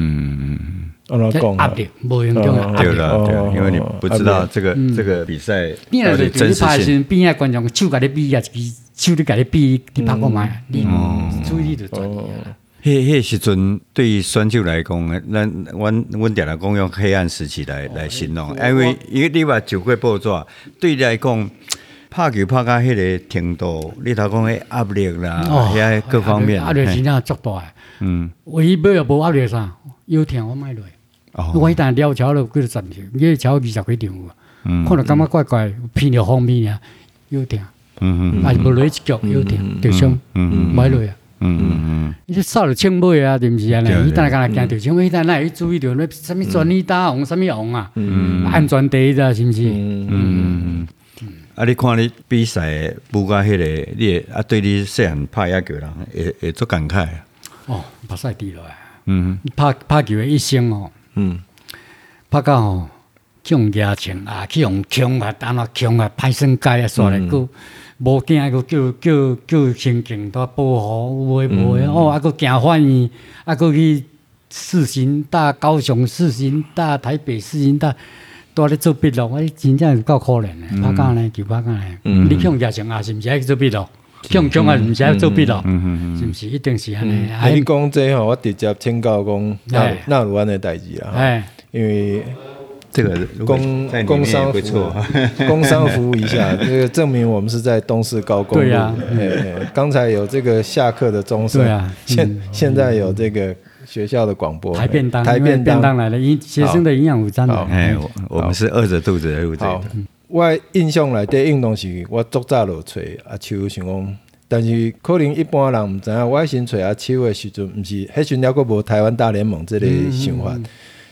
压力无严重啊。 对了，因为你不知道这个比赛到底真实性。 边仔观众手甲你比啊，手你甲你比，你拍过卖，你注意力就转移啊。 迄时阵对于选手来讲，阮常常讲用黑暗时期来形容，因为你捌受过报纸，对你来讲，拍球拍到迄个程度，你头讲迄压力啦，遐各方面压力真正足大诶。唯一尾也无压力啥，腰疼我买落。我迄阵了桥了几十条，你桥20几场啊，看着感觉怪怪，偏着方面啊，腰疼。啊，无落一脚腰疼，着伤，买落啊。伊这扫着枪尾啊，对毋是安尼？伊当然敢若惊着枪尾，伊当然会注意着那什么专利打红，什么红啊，安全第一啦，是毋是？啊，你看你比赛不过迄个，你对你细汉拍野球人会足感慨啊。 哦，目屎滴落来。拍球的一生哦。拍到吼，强牙情啊，去用强啊，安怎强啊，歹算界啊，煞来个无惊，个叫刑警都保护，有诶无诶，啊个行法院，啊个去市刑大、高雄市刑大、台北市刑大，都咧做笔录，真正是够可怜诶，拍到呢，就拍到呢，你强牙情啊，是毋是爱去做笔录？强啊，毋是爱做笔录，是毋是？一定是安尼。 你讲这吼，我直接请教讲，哪有安尼代志啦？因为这个工商服务一下，这个证明我们是在东势高工。 对啊， 刚才有这个下课的钟声，对啊，现在有这个学校的广播， 台便当来了，学生的营养午餐。 我们是饿着肚子来录这个。 我印象内底运动是我足早就找阿秋想讲，但是可能一般人毋知影，我先找阿秋的时阵，毋是迄阵了，佫无台湾大联盟这个想法，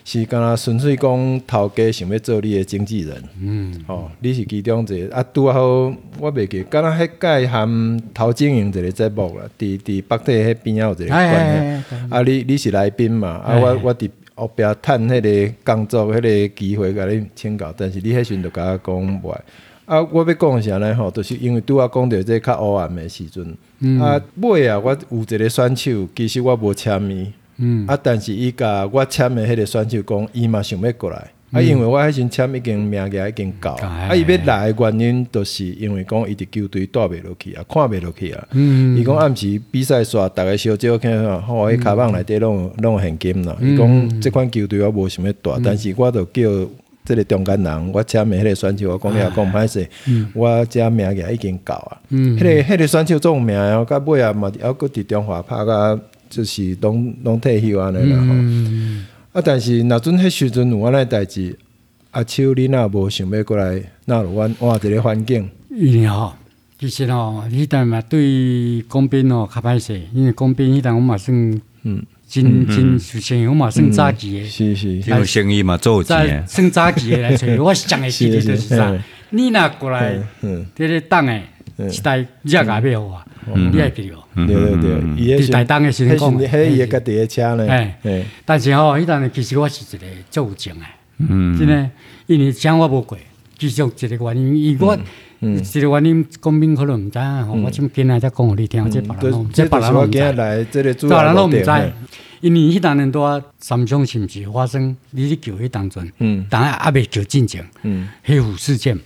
是敢若纯粹讲头家想要做你的经纪人，你是其中一个啊。拄好我袂记，敢若迄届含陶晶莹一个节目啦，伫北体迄边仔有一个关系，你是来宾嘛？我伫后壁趁迄个工作迄个机会甲你请教，但是你迄时阵就甲我讲袂。我要讲啥呢？吼，就是因为拄仔讲到这较黑暗的时阵，尾我有一个选手，其实我无签伊。但是伊甲我签的迄个选手讲，伊嘛想要过来。因为我迄时签已经名额已经够，伊要来的原因，就是因为讲伊伫球队带袂落去啊，看袂落去啊。伊讲暗时比赛煞，逐个小招看吼，迄卡棒内底拢有现金啦。伊讲即款球队我无想要带，但是我就叫即个中间人，我签的迄个选手，我讲你也讲歹势，我遮名额已经够啊。迄个选手总名哦，到尾啊嘛，还佫伫中华拍甲。就是拢退休安尼啦吼，但是若阵迄时阵有安尼代志，阿秋你若无想要过来，那就换一个环境。 因为吼，其实吼，迄阵嘛对工兵吼较歹势，因为工兵迄阵我嘛算真生意，我嘛算早期的，是， 因为生意嘛做钱， 算早期的来找，我是讲的记得就是啥，你若过来，这个党诶，一代热价买互我，你还记得？ 对，伊迄台东的时阵讲， 迄伊个家己的车呢。 但是吼，迄阵其实我是一个做有情诶，真诶，因为啥我无过，其中一个原因，伊我一个原因，公民可能毋知影吼，我今仔才讲互你听，这别人拢，这别人拢毋知，这别人拢毋知，因为迄阵多三枪是毋是发生你球迄当阵，当然还未叫进前，黑虎事件嘛，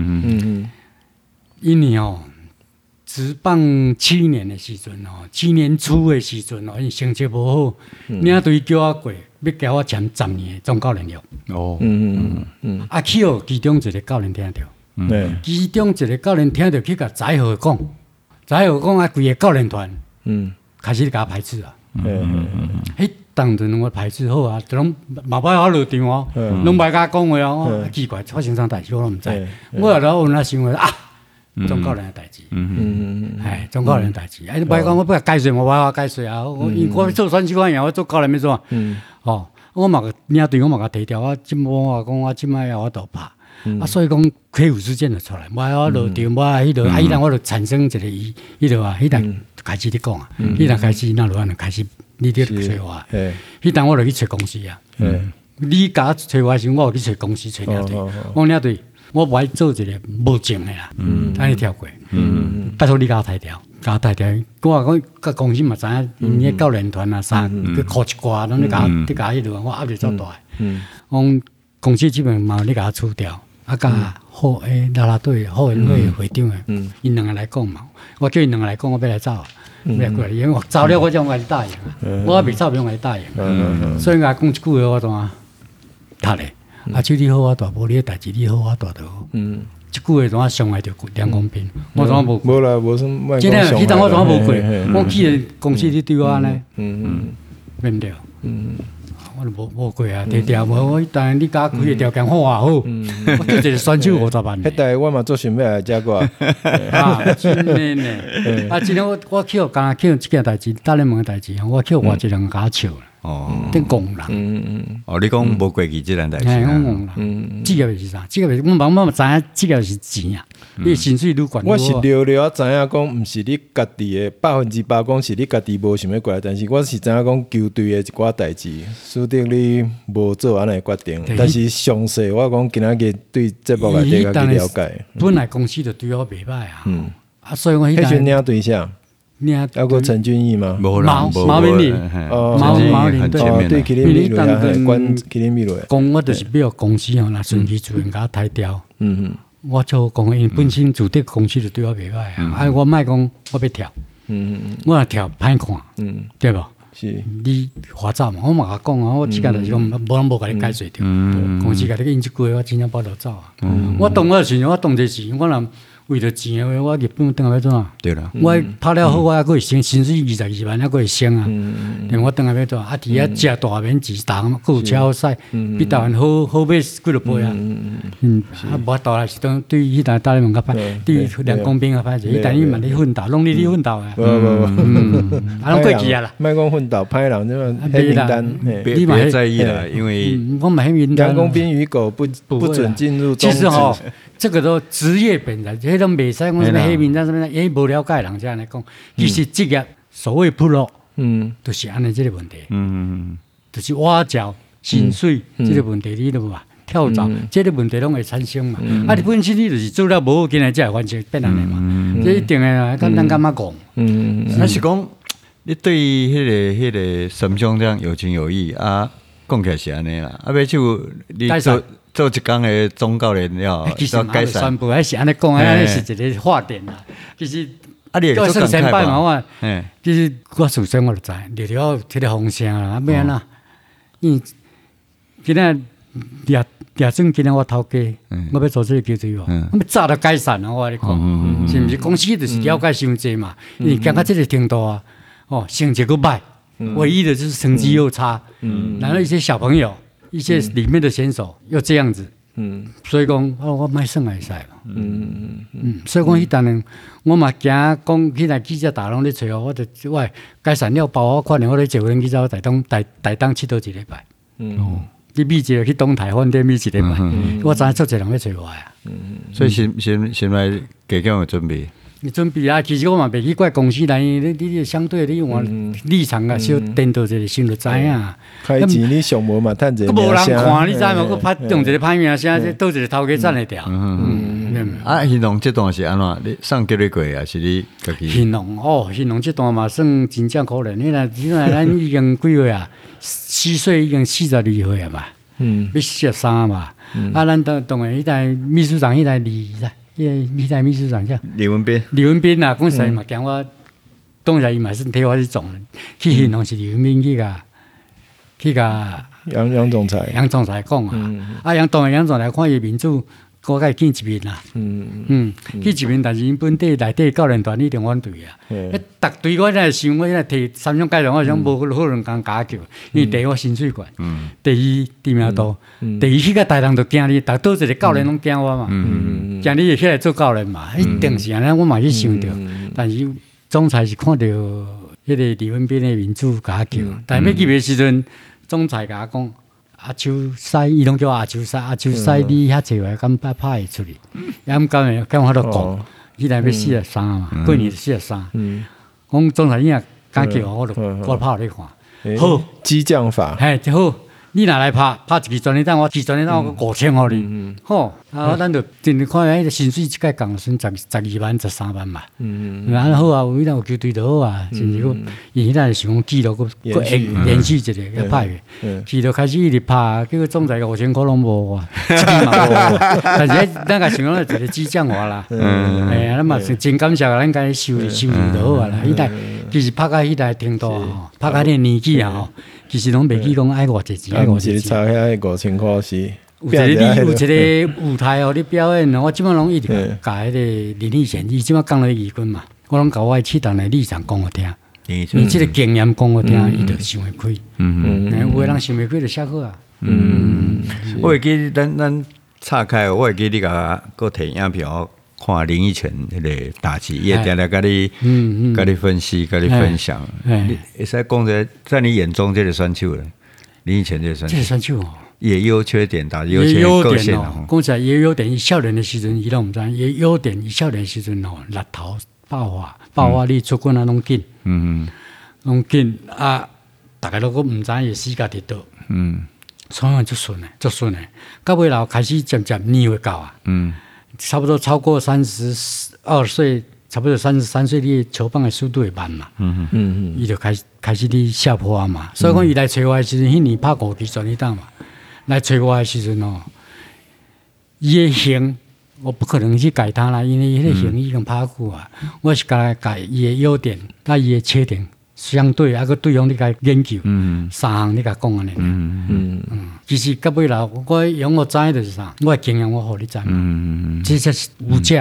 因为吼。职棒7年的时阵哦，7年初的时阵哦，因成绩无好，领队叫我过，要交我签10年的总教练了。去哦，其中一个教练听到，其中一个教练听到去甲载荷讲啊，规个教练团，开始甲排斥啊。迄当阵我排斥好啊，就拢嘛歹好落场哦，拢歹甲讲话哦，奇怪，发生啥代志我拢毋知。我后来有那想话啊。总教练的代志，总教练的代志，你别讲我不解释，我我解释啊，我做选手样，我做教练要怎？我嘛领队，我嘛甲提调，我即我讲我即摆我都拍，所以讲黑虎事件就出来，我落场，我迄度，迄阵我就产生一个迄度啊，迄阵开始咧讲啊，迄阵开始那落就开始你咧找我，迄阵我就去找公司啊，你甲我找我时，我有去找公司找领队，我领队。我不爱做一个无情的啦，安尼跳过，拜托你甲我抬调，我讲甲公司嘛知影，因个教练团啊啥，去考一寡，拢你甲迄落，我压力足大诶。讲公司基本嘛，你甲我处掉，甲好诶啦啦队、后援会会长诶，因两个来讲嘛，我叫因两个来讲，我要来走，要来过来，因为我走了，我才甲你答应啊，我未走，不用甲你答应，所以甲讲一句话，我怎啊，读咧。手你好我大，无你的代志你好我大就好。即句话怎啊伤害着梁公平？我怎啊无？ 无啦，无什么。 真诶，迄阵我怎啊无过？我去公司你对我安尼，免唔对？我就无过啊，低调无。我当然你甲开个条件好啊好，我做一个选手50万。 迄代我嘛做想要来遮过。 真诶呢。今天我去刚去即件代志，大联盟诶代志，我去换一人甲笑。顶工人， 你讲无过去即样代志， 职业是啥？职业我嘛知影，职业是钱啊，你薪水愈悬。 我是了了知影讲，毋是你家己的100%讲是你家己无想要过来，但是我是知影讲球队的一寡代志，输得你无做安尼决定，但是详细我讲今仔日对节目内底较去了解。 本来公司就对我袂歹啊，所以我迄阵领对象。包括陈俊义吗？ 毛明林，毛林对，麒麟米瑞关麒麟米瑞。 讲我就是要公司吼，那顺其自然甲我抬调。我就讲，因本身主的公司就对我袂歹啊，我莫讲我要跳，我若跳歹看，对无？ 是， 你花走嘛？我嘛甲讲啊，我即个就是讲，无人无甲你解释着，公司甲你因即句，我真正报道走啊。我动我时，我动这时，我为着钱的话，我日本等下要怎啊？ 对啦， 我拍了好，我还佫会升薪水22万，还佫会升啊。连我等下要怎啊？伫遐食大面钱重，佫有车好驶，比台湾好买几落倍啊。啊，无倒来是对迄台大联盟较歹，对梁公兵较歹势。迄台伊嘛咧奋斗，拢咧奋斗啊。啊，拢过去啊啦。 莫讲奋斗，歹人这个黑名单， 别在意啦，因为我嘛黑名单。 梁公兵与狗不准进入中职。 其实吼，这个都职业本来，迄种袂使讲什么黑名单什么，因无了解人这样来讲，其实职业所谓 pro，就是安尼这个问题，就是挖角、薪水这个问题，你懂嘛？跳槽这个问题拢会产生嘛？啊，你本身你就是做了无，今日才会完全变安尼嘛？这一定的啦，咱干嘛讲？ 那是讲你对迄个神兄这样有情有义啊，讲起来是安尼啦，啊，尾就你做一工的总教练了， 其实改善全部还是安尼讲，安尼是一个化点啦。其实啊，你做先摆嘛，我其实我首先我就知，聊聊迄个风声啦，啊，咩啦？因为今仔亚正今仔我头家，我要做这个球队哦，我要早就改善啊！我跟你讲，是毋是公司就是了解伤济嘛？因为讲到这个程度啊，哦，成绩佫歹，唯一的就是成绩又差，然后一些小朋友。一些里面的选手又这样子，所以讲我卖算会使嘛，所以讲迄单人我嘛惊讲迄台记者大拢咧找我我改善了包我款，我咧招人去走台东佚佗一礼拜，你秘籍去东台饭店秘一礼拜，我知影足侪人咧找我啊， 所以先来加强有准备。 你准备啊？其实我嘛袂去怪公司来，你相对你我立场啊，小颠倒一个心就知影。 开钱你上无嘛，趁者。 无人看，你知嘛？佫拍用一个歹名声，这倒一个头家赚得掉。 啊，兴隆这段是安怎？你上几个月啊？是你家己？ 兴隆这段嘛算真正可怜。你若咱已经几岁啊？4岁已经42岁啊嘛。要43嘛。啊，咱当然迄代秘书长迄代迄代秘书长叫李文斌啊，讲实嘛，惊我当然伊嘛是替我去种，去兴隆是李文斌去甲杨总裁讲啊，杨总裁看伊面子，我甲伊见一面啦，见一面，但是因本地内底教练团一定反对啊，逐队我在想，我在摕三种教练，我想无可能讲假球，因为第一我薪水悬，第二知名度，第二去甲大人就惊你，倒一个教练拢惊我嘛，惊你会起来做教练嘛，一定是安尼，我嘛去想着，但是总裁是看到迄个李文斌的面子假球，但要入的时阵，总裁甲我讲。阿秋师，伊拢叫阿秋师，你遐济话敢拍会出去？也毋敢我都讲，迄台要43嘛，过年43。讲总裁伊敢叫我拍互你看。好， 激将法， 嘿，好。你若来拍一支全垒打，我支全垒打我5000互你，好，啊，咱就真看迄个薪水一届降算12万、13万嘛，然后好啊，有迄有球队就好啊，甚至伊迄阵想讲记录佫延续一个要拍个，记录开始一直拍，结果总裁5000块拢无啊，但是咱个想讲一个激将法啦，哎呀，咱嘛是真感谢咱家收就好啊啦，迄代其实拍到迄代程度啊，拍到迄个年纪啊吼。其实拢袂去讲爱偌济钱，爱偌济钱。 差遐5000块是。 有一个舞台哦，你表演哦，我即摆拢一直甲迄个林立贤，伊即摆讲了义军嘛，我拢甲我适当的立场讲互听，伊即个经验讲互听，伊就想会开。有个人想袂开就写好啊。 我会记咱岔开，我会记你甲个摕影片看林益全迄个打击，伊会定定甲你分析、甲你分享。你会使讲者，在你眼中这个选手咧，林益全这个选手。 这个选手哦， 也优缺点，打优点哦。讲起来也优点，伊少年的时阵伊拢毋知，也优点伊少年时阵哦，力头爆发力出棍啊拢紧，拢紧啊！大家都毋知伊死家伫倒，所以足顺诶，到尾后开始渐渐年会到啊。差不多超过32岁，差不多33岁，你球棒的速度会慢嘛。伊就开始你下坡嘛。所以讲伊来找我的时阵，迄年拍5支全垒打嘛。来找我的时阵哦，伊的型我不可能去改他啦，因为迄个型已经拍久啊。我是改伊的优点，甲伊的缺点，相对啊个对方你甲研究，3项你甲讲安尼。其实到尾后，我用我知就是啥，我的经验我互你知嘛，这才是有价的。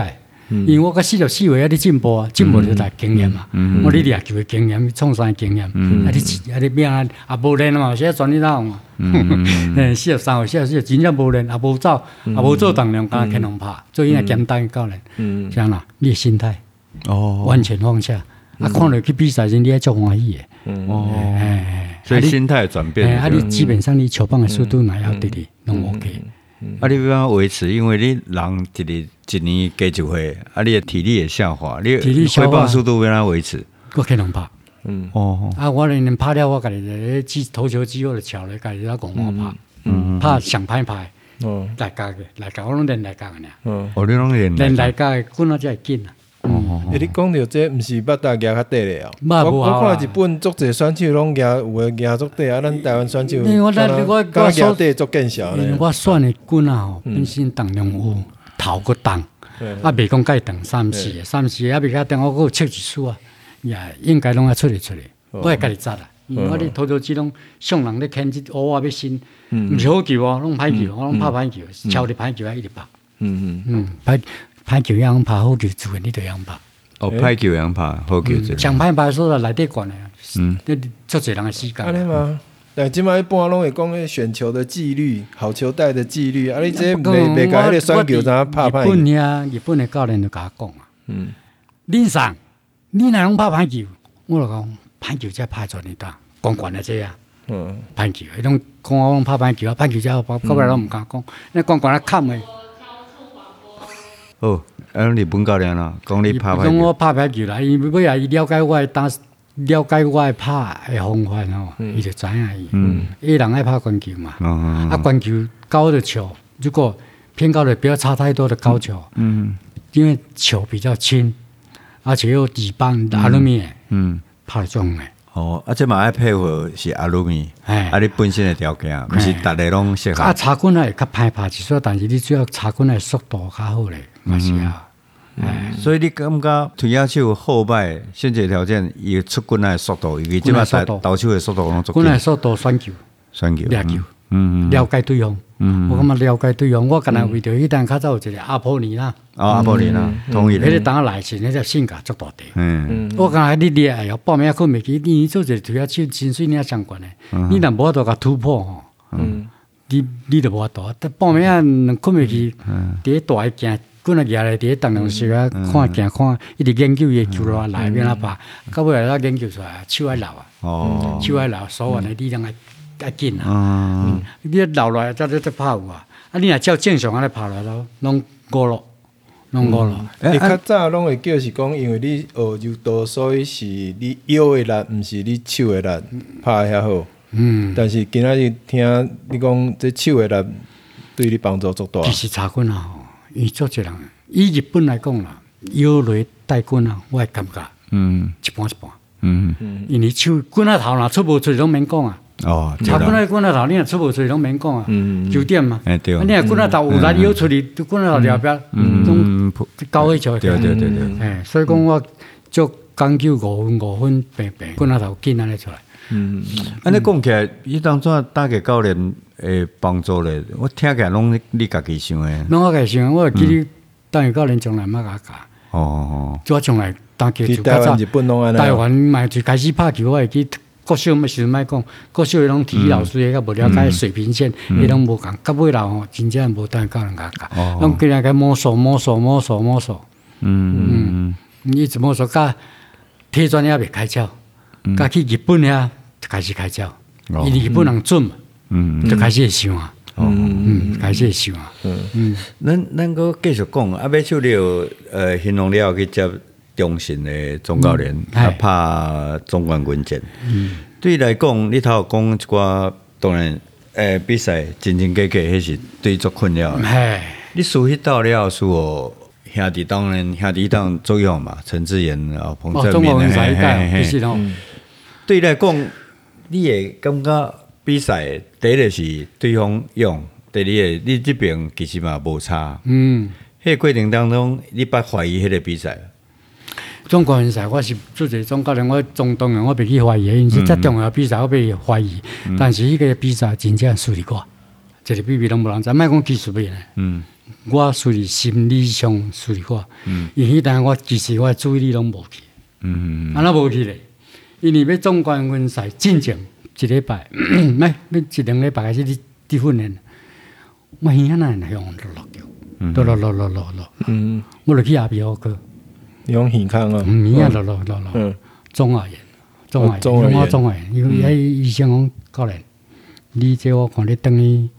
因为我到44岁啊，你进步啊，进步就来经验嘛。我你掠球的经验，创啥经验？你变啊，也无练嘛，现在全力打嘛。43岁、44岁真正无练，也无走，也无做重量，敢天龙拍，做伊那简单的教练。这样啦，你的心态完全放下，啊，看落去比赛时，你还足欢喜的。 所以心态转变。 你基本上你球棒的速度哪要得的，拢 OK。 你要怎维持？因为你人一年加1岁，你的体力也下滑，你挥棒速度要怎维持？ 我可能拍。我连拍了，我家己投球机我就翘咧，家己在讲我拍。拍上拍拍。来家我拢练来家个呢。 你拢练来家的棍啊，才会紧啊。 你讲到这，毋是捌搭举较短咧哦。我看日本足侪选手拢举，有的举足短啊，咱台湾选手我举短足见效咧。 我选的棍啊，本身重量有头个重，袂讲介重3、4啊，袂较重，我搁有测一次啊，也应该拢要出来。我会家己扎啦，因为我咧投球机拢上人咧牵这乌啊要新，毋是好球哦，拢歹球，我拢拍歹球，超哩歹球啊一直拍。歹球样拍好球，自然你就样拍。 歹球样拍好球， 上歹拍说内底管的，足侪人的时间。 安尼嘛，但即摆一般拢会讲选球的纪律，好球带的纪律。你这袂甲迄个选球怎拍歹？ 日本的教练就甲我讲啊，恁上，你若拢拍歹球，我就讲歹球才拍出你打，光管的这啊。歹球，迄种讲我拢拍歹球啊，歹球才到尾拢毋敢讲，那光管啊砍的。 日本教练啦，讲你拍歹球。 讲我拍歹球啦，因为尾啊，伊了解我的了解我的拍的方法吼，伊就知影伊。人爱拍关球嘛，关球高的球，如果偏高的不要差太多的高球，因为球比较轻，而且又底板阿鲁米，拍得中的。 这嘛爱配合是阿鲁米，你本身的条件，毋是逐个拢适合。 插棍会较歹拍一撮，但是你主要插棍的速度较好咧，嘛是啊。 所以你感觉推野手后摆先决条件，伊出棍的速度，伊即马投手的速度拢足。 棍的速度选球，掠球，了解对方。我感觉了解对方，我敢若为着迄单较早有一个阿波尼啦。 阿波尼啦，同意。 迄个当来时，迄只性格足大地。我感觉你厉害哦，报名困袂起，你做一个推野手，真水领相关的。你若无法度甲突破吼，你就无法度。但报名困袂起，伫大个行。棍啊举来，伫当中时啊看，一直研究伊球落来变哪拍，到尾来研究出来，手爱流啊，手爱流，手腕的力量爱紧啊。你流落来才拍有啊，你若照正常安尼拍落来，拢五落。 你较早拢会叫是讲，因为你学柔道，所以是你腰的力，毋是你手的力拍得遐好。但是今仔日听你讲，这手的力对你帮助足大。 其实插棍啊。伊做一人，以日本来讲啦，腰类带棍啊，我会感觉，一半一半，因为手棍啊头若出无出拢免讲啊，插棍啊棍啊头你若出无出拢免讲啊，9点嘛，你若棍啊头有力腰出去，棍啊头了边，拢高起就，对，所以讲我足讲究5分平，棍啊头紧安尼出来。 安尼讲起来，伊当初打给教练诶帮助咧，我听起来拢你家己想诶。 拢我家己想，我记得当个教练从来毋捌甲教。我从来当球就较早，台湾嘛就开始拍球，我会记国小咩时阵莫讲，国小迄种体育老师也较无了解水平线，伊拢无讲。到尾啦吼，真正无当教练甲教，拢今日个摸索。一直摸索，甲体专也未开窍，甲去日本遐。开始开窍，因为日本人准嘛，就开始会想啊，开始会想啊， 咱个继续讲，尾手你有兴隆了去接中信的总教练，拍总冠军战。对你来讲，你头讲一寡，当然，比赛真假，迄是对足困扰。你输迄道了，输哦，兄弟当然兄弟当作用嘛，陈志妍彭正明对你来讲。你会感觉比赛第一个是对方用，第二个你这边其实嘛无差。迄个过程当中，你捌怀疑迄个比赛？ 总冠军赛我是做一个总教练，我当然我袂去怀疑，因为这重要的比赛我袂怀疑。但是迄个比赛真正输哩我，一个比拢无人知，莫讲技术面咧。 我属于心理上属于我，因迄阵我其实我注意力拢无去，安那无去咧？因为要总冠军赛进前一礼拜，要一两礼拜开始伫训练，我耳仔哪会向落，我就去阿比奥科， 用耳康啊， 耳仔落，中耳炎，因为医生讲教练，你这我看你等于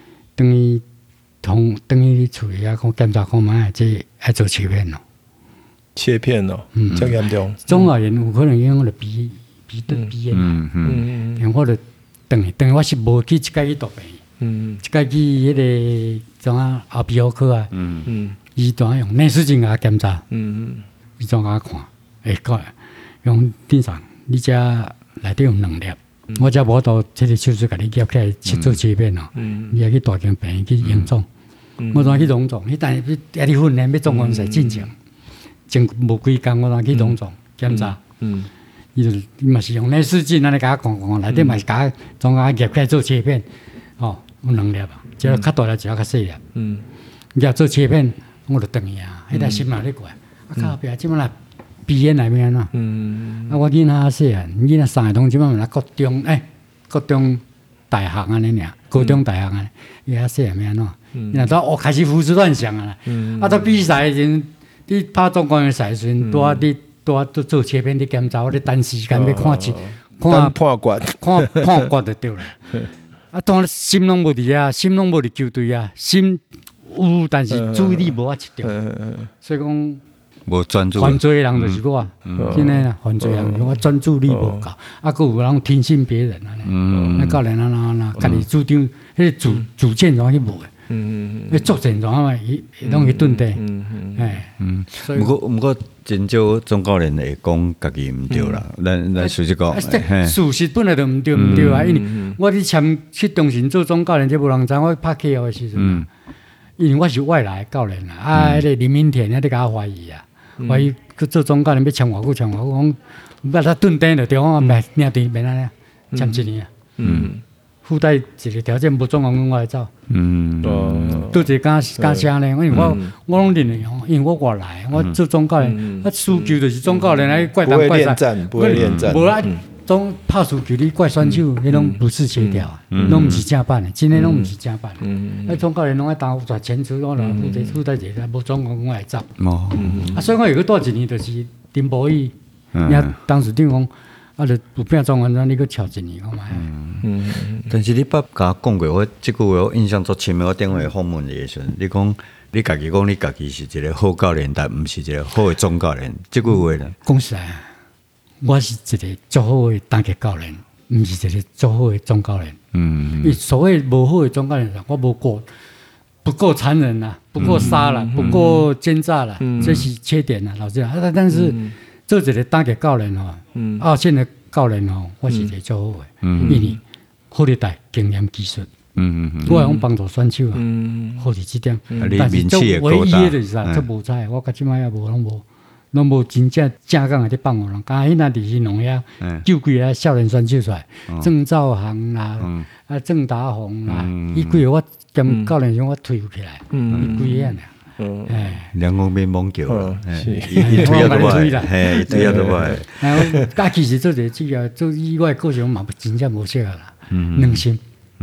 厝里啊，讲检查看卖，这爱做切片咯。 切片哦，这严重。 中耳炎有可能因为我鼻炎，然后我就等于我是无去一届去大病，一届去迄个怎啊后鼻喉科啊，伊怎用内视镜啊检查，伊怎啊看，讲用正常，你遮内底有2粒，我遮无到这个手术甲你夹起来去做切片哦，你也去大间病院去营总，我怎去荣总，迄但是要你训练要总冠赛进前。前无几工，我去农总检查，伊嘛是用内视镜安尼甲我看，内底嘛是甲总甲夹起来做切片，有2粒啊，一个较大粒，一个较细粒，夹做切片，我就等伊啊，迄个心嘛咧怪，靠壁即摆来鼻炎内面啊，我囡仔细汉，囡仔3个同即摆来国中大学安尼尔，高中大学安尼，伊遐细汉安怎？然后开始胡思乱想啊，到比赛时。你拍总冠军赛时阵，拄做切片伫检查，我咧等时间要看判决， 判决就对了。当然心拢无伫啊，心拢无伫球队啊，心有，但是注意力无法集中，所以讲无专注。 犯罪人就是我，真诶啦，犯罪人我专注力无够，佫有人听信别人啊，教练啊，家己主张，迄个主见怎去无诶？作战怎啊？伊拢去蹲地， 毋过真少总教练会讲家己毋对啦，咱事实讲， 事实本来就毋对啊！因为我去中信做总教练，这无人知我拍 KO 的时阵，因为我是外来教练啦，迄个林明田迄个甲我怀疑啊，怀疑去做总教练要签偌久，讲要他蹲地就对我命对免安尼，签1年啊。附带一个条件，无总冠军我来走。拄一个假声呢，因为我拢认为吼，因为我外来，我做总教练，输球就是总教练来怪东怪西， 不会恋战， 无啦，总拍输球你怪选手，迄拢不是协调，拢毋是正版的，真诶拢毋是正版的。总教练拢爱担负全出，我啦附带一个无总冠军我来走。所以我有去多1年，就是林博义，当时顶讲。就有变状况，你去跳1年，看卖。 但是你甲我讲过，我即句话我印象足深的。我电话访问你的时阵，你讲你家己讲，你家己是一个好教练，但毋是一个好的总教练。即句话呢？ 讲实在，我是一个足好的单脚教练，毋是一个足好的总教练。伊所谓无好的总教练，我无过不够残忍啦，不够杀啦，不够奸诈啦，这是缺点啦，老实讲。但是做一个单脚教练吼，二线的教练吼，我是一个足好的，因为好力带经验技术，我用帮助选手啊，好是这点。但是最唯一的就是啊，这无彩，我到即摆也拢无真正正港的伫帮我人。刚迄那伫新农遐救几个少年选手出来，郑兆航啦，郑达宏啦，伊几个我兼教练上我推起来，伊几个啊。 两公变猛叫， 伊推啊都歹，伊推啊都歹。 但其实做者主要做以外个性嘛，真正无适合啦。两心，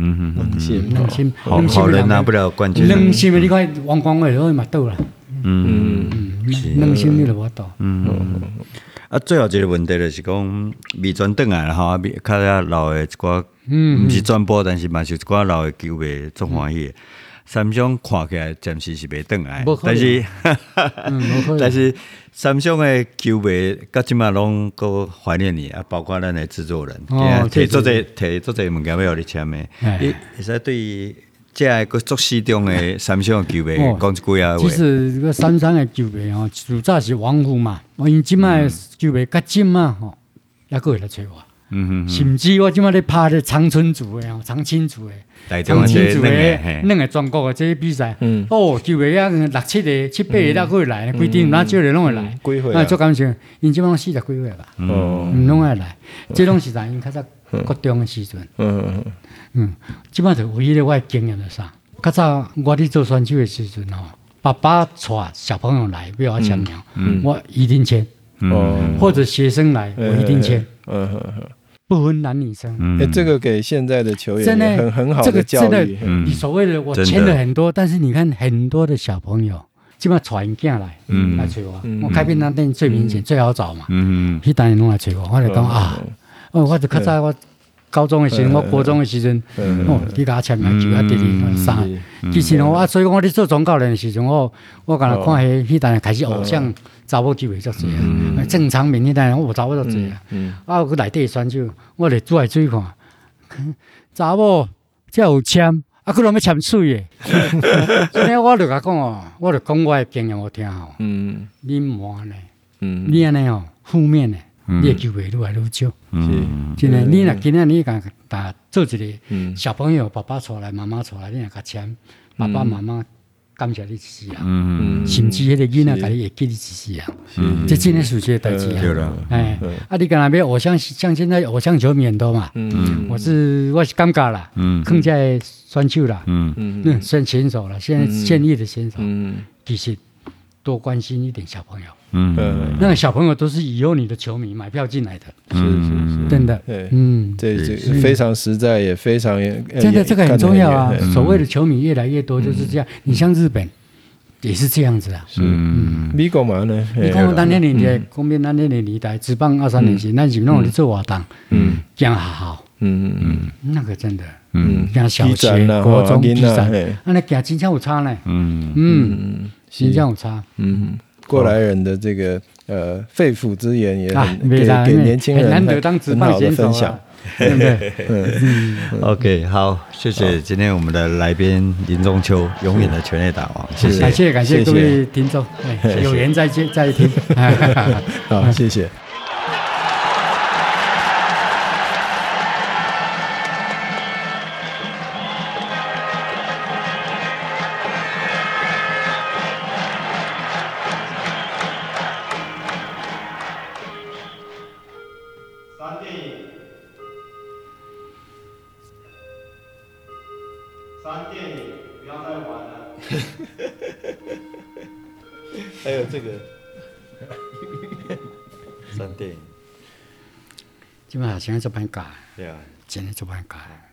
好人拿不了冠军。 两心的你看王光伟都嘛倒啦。两心你就无倒。 最后一个问题就是讲，未转转来啦吼，较老的一寡，毋是转播，但是嘛是一寡老的球迷足欢喜的。三商看起来暂时是袂转来，但是三商的球迷到即马拢够怀念你啊，包括咱的制作人，摕做这物件要互你签的，你会使对这个足始终的三商的球迷讲一句啊话。 其实这个三商的球迷吼，最早是王虎嘛，因即摆球迷较近嘛吼，还佫会来找我。甚至我即摆咧拍咧长春组的、长青组的、长青组的两个全国的这些比赛，球迷啊6、7个、7、8个还会来，规定哪少个拢会来，足感谢，因即摆40几岁吧，拢会来，这拢是因较早国中的时阵，即摆就唯一的我的经验是啥？ 较早我伫做选手的时阵爸爸带小朋友来要我签名，我一定签。或者学生来，我一定签。不分男女生。 这个给现在的球员也很好的教育。 你所谓的我签了很多，但是你看很多的小朋友，基本上带因囝来找我。我开便当店最明显最好找嘛。迄当然拢来找我，我就讲我就较早我高中的时阵，我国中的时阵，你甲我签名就直直啥。其实所以我伫做总教练的时阵，我敢若看迄当开始偶像。查某机会足济正常面迄代我无查某足济有内底选手，我就煮来煮看，查某才有签，佫拢要签水的，所以我就甲讲我就讲我的经验我听你毋安尼，你安尼负面的，你的机会愈来愈少，真的，你若今仔你甲做一个小朋友，爸爸带来，妈妈带来，你若甲签，爸爸妈妈。感谢你一世人，甚至迄个囡仔，甲你会记你一世人，这真的是这个代志啊！你敢若要偶像，像现在偶像球迷很多嘛，我是感觉啦，更加选手啦，选手啦，现在现役的选手，其实多关心一点小朋友。那个小朋友都是以后你的球迷买票进来的， 是， 真的， 这非常实在，也非常真的，这个很重要啊。所谓的球迷越来越多，就是这样。你像日本也是这样子啊。 美国嘛呢？ 你看咱那年代，讲明咱那年代，职棒23年前，咱是弄咧做活动，讲好，那个真的，讲小学、国中、比赛，那讲真正有差呢，真正有差， 过来人的这个肺腑之言也很给年轻人难得当职棒选手啊，对不对 ？OK， 好，谢谢今天我们的来宾林宗秋，永远的全垒打王，谢谢， 感谢各位听众，有缘再听， 好，谢谢。还有这个 3电影， 基本上现在做班改， 对啊， 真的做班改。